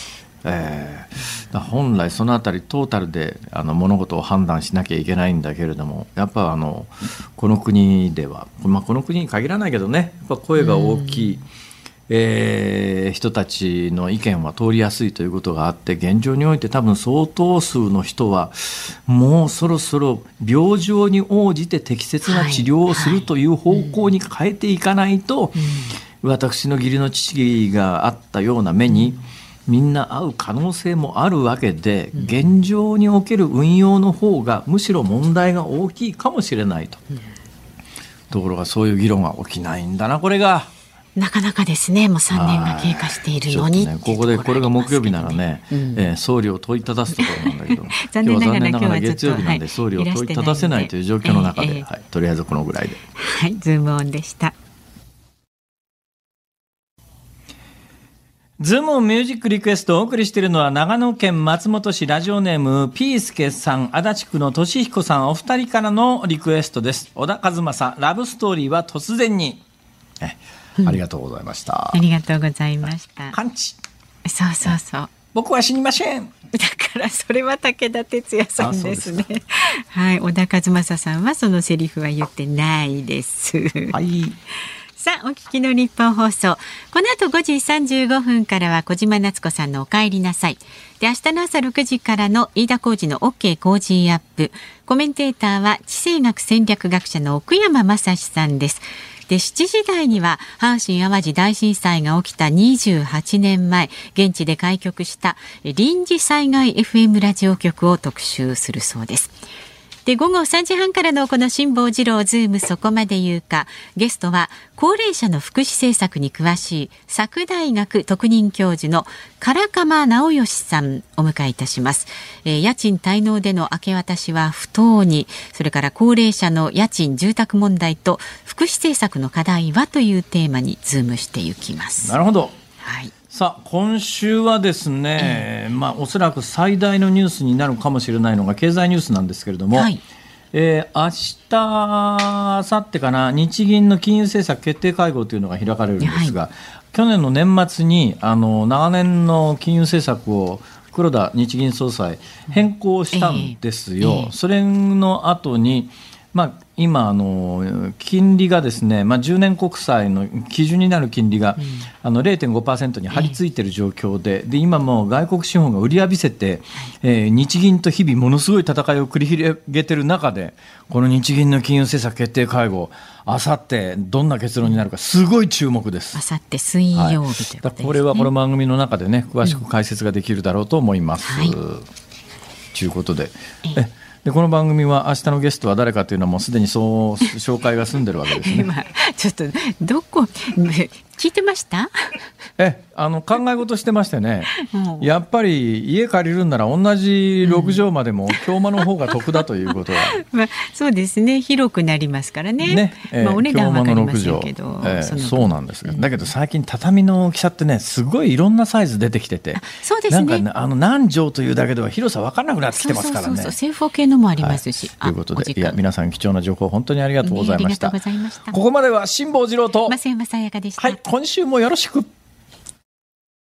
本来そのあたりトータルで物事を判断しなきゃいけないんだけれども、やっぱこの国では、この国に限らないけどね、やっぱ声が大きい、人たちの意見は通りやすいということがあって、現状において多分相当数の人はもうそろそろ病状に応じて適切な治療をするという方向に変えていかないと、私の義理の父があったような目にみんな合う可能性もあるわけで、現状における運用の方がむしろ問題が大きいかもしれないと。ところがそういう議論が起きないんだな、これが。 なかなかですね、もう3年が経過しているのに、 ここでこれが木曜日ならね、総理を問いただすところなんだけど残念ながら今日は月曜日なんで総理を問いただせないという状況の中で、とりあえずこのぐらいで。 はい、ズームオンでした。 ズームオンミュージックリクエストをお送りしているのは、長野県松本市ラジオネームピースケさん、足立区のとしひこさん、お二人からのリクエストです。小田和正、ラブストーリーは突然に。ありがとうございました。 ありがとうございました。 完治。 そう僕は死にません。 だからそれは武田鉄矢さんですね。はい、小田和正さんはそのセリフは言ってないです。 はい。 さあ、お聞きの日本放送、この後5時35分からは小島夏子さんのお帰りなさいで、明日の朝6時からの飯田浩司の OK 工事アップ、コメンテーターは地政学戦略学者の奥山正史さんです。で、7時台には阪神淡路大震災が起きた28年前、現地で開局した臨時災害 FM ラジオ局を特集するそうです。で、午後3時半からのこの辛坊治郎ズームそこまで言うか、ゲストは高齢者の福祉政策に詳しい佐久大学特任教授の唐鎌直義さんお迎えいたします。家賃滞納での明け渡しは不当に、それから高齢者の家賃住宅問題と福祉政策の課題はというテーマにズームしていきます。 なるほど。 はい。 さあ、今週はですね、おそらく最大のニュースになるかもしれないのが経済ニュースなんですけれども、明日、明後日かな、日銀の金融政策決定会合というのが開かれるんですが、去年の年末に長年の金融政策を黒田日銀総裁変更したんですよ。それの後に今金利がですね、10年国債の基準になる金利が0.5% に張り付いている状況で、今も外国資本が売り浴びせて、日銀と日々ものすごい戦いを繰り広げている中で、この日銀の金融政策決定会合、あさってどんな結論になるかすごい注目です。 あさって水曜日ということですね。 これはこの番組の中でね、詳しく解説ができるだろうと思います。ということで、でこの番組は明日のゲストは誰かというのはもうすでにそう紹介が済んでるわけですね。 ちょっとどこ聞いてました？ 考え事してましてね、やっぱり家借りるんなら同じ6畳までも京間の方が得だということは、 そうですね、広くなりますからね。お値段は分かりませんけど、 そうなんですが、だけど最近畳の大きさってね、すごいいろんなサイズ出てきてて、 そうですね、 なんか何畳というだけでは広さ分からなくなってきてますからね。 正方形のもありますし、 ということで、皆さん貴重な情報本当にありがとうございました。ここまでは辛坊治郎と増山さやかでした。 はい、今週もよろしく。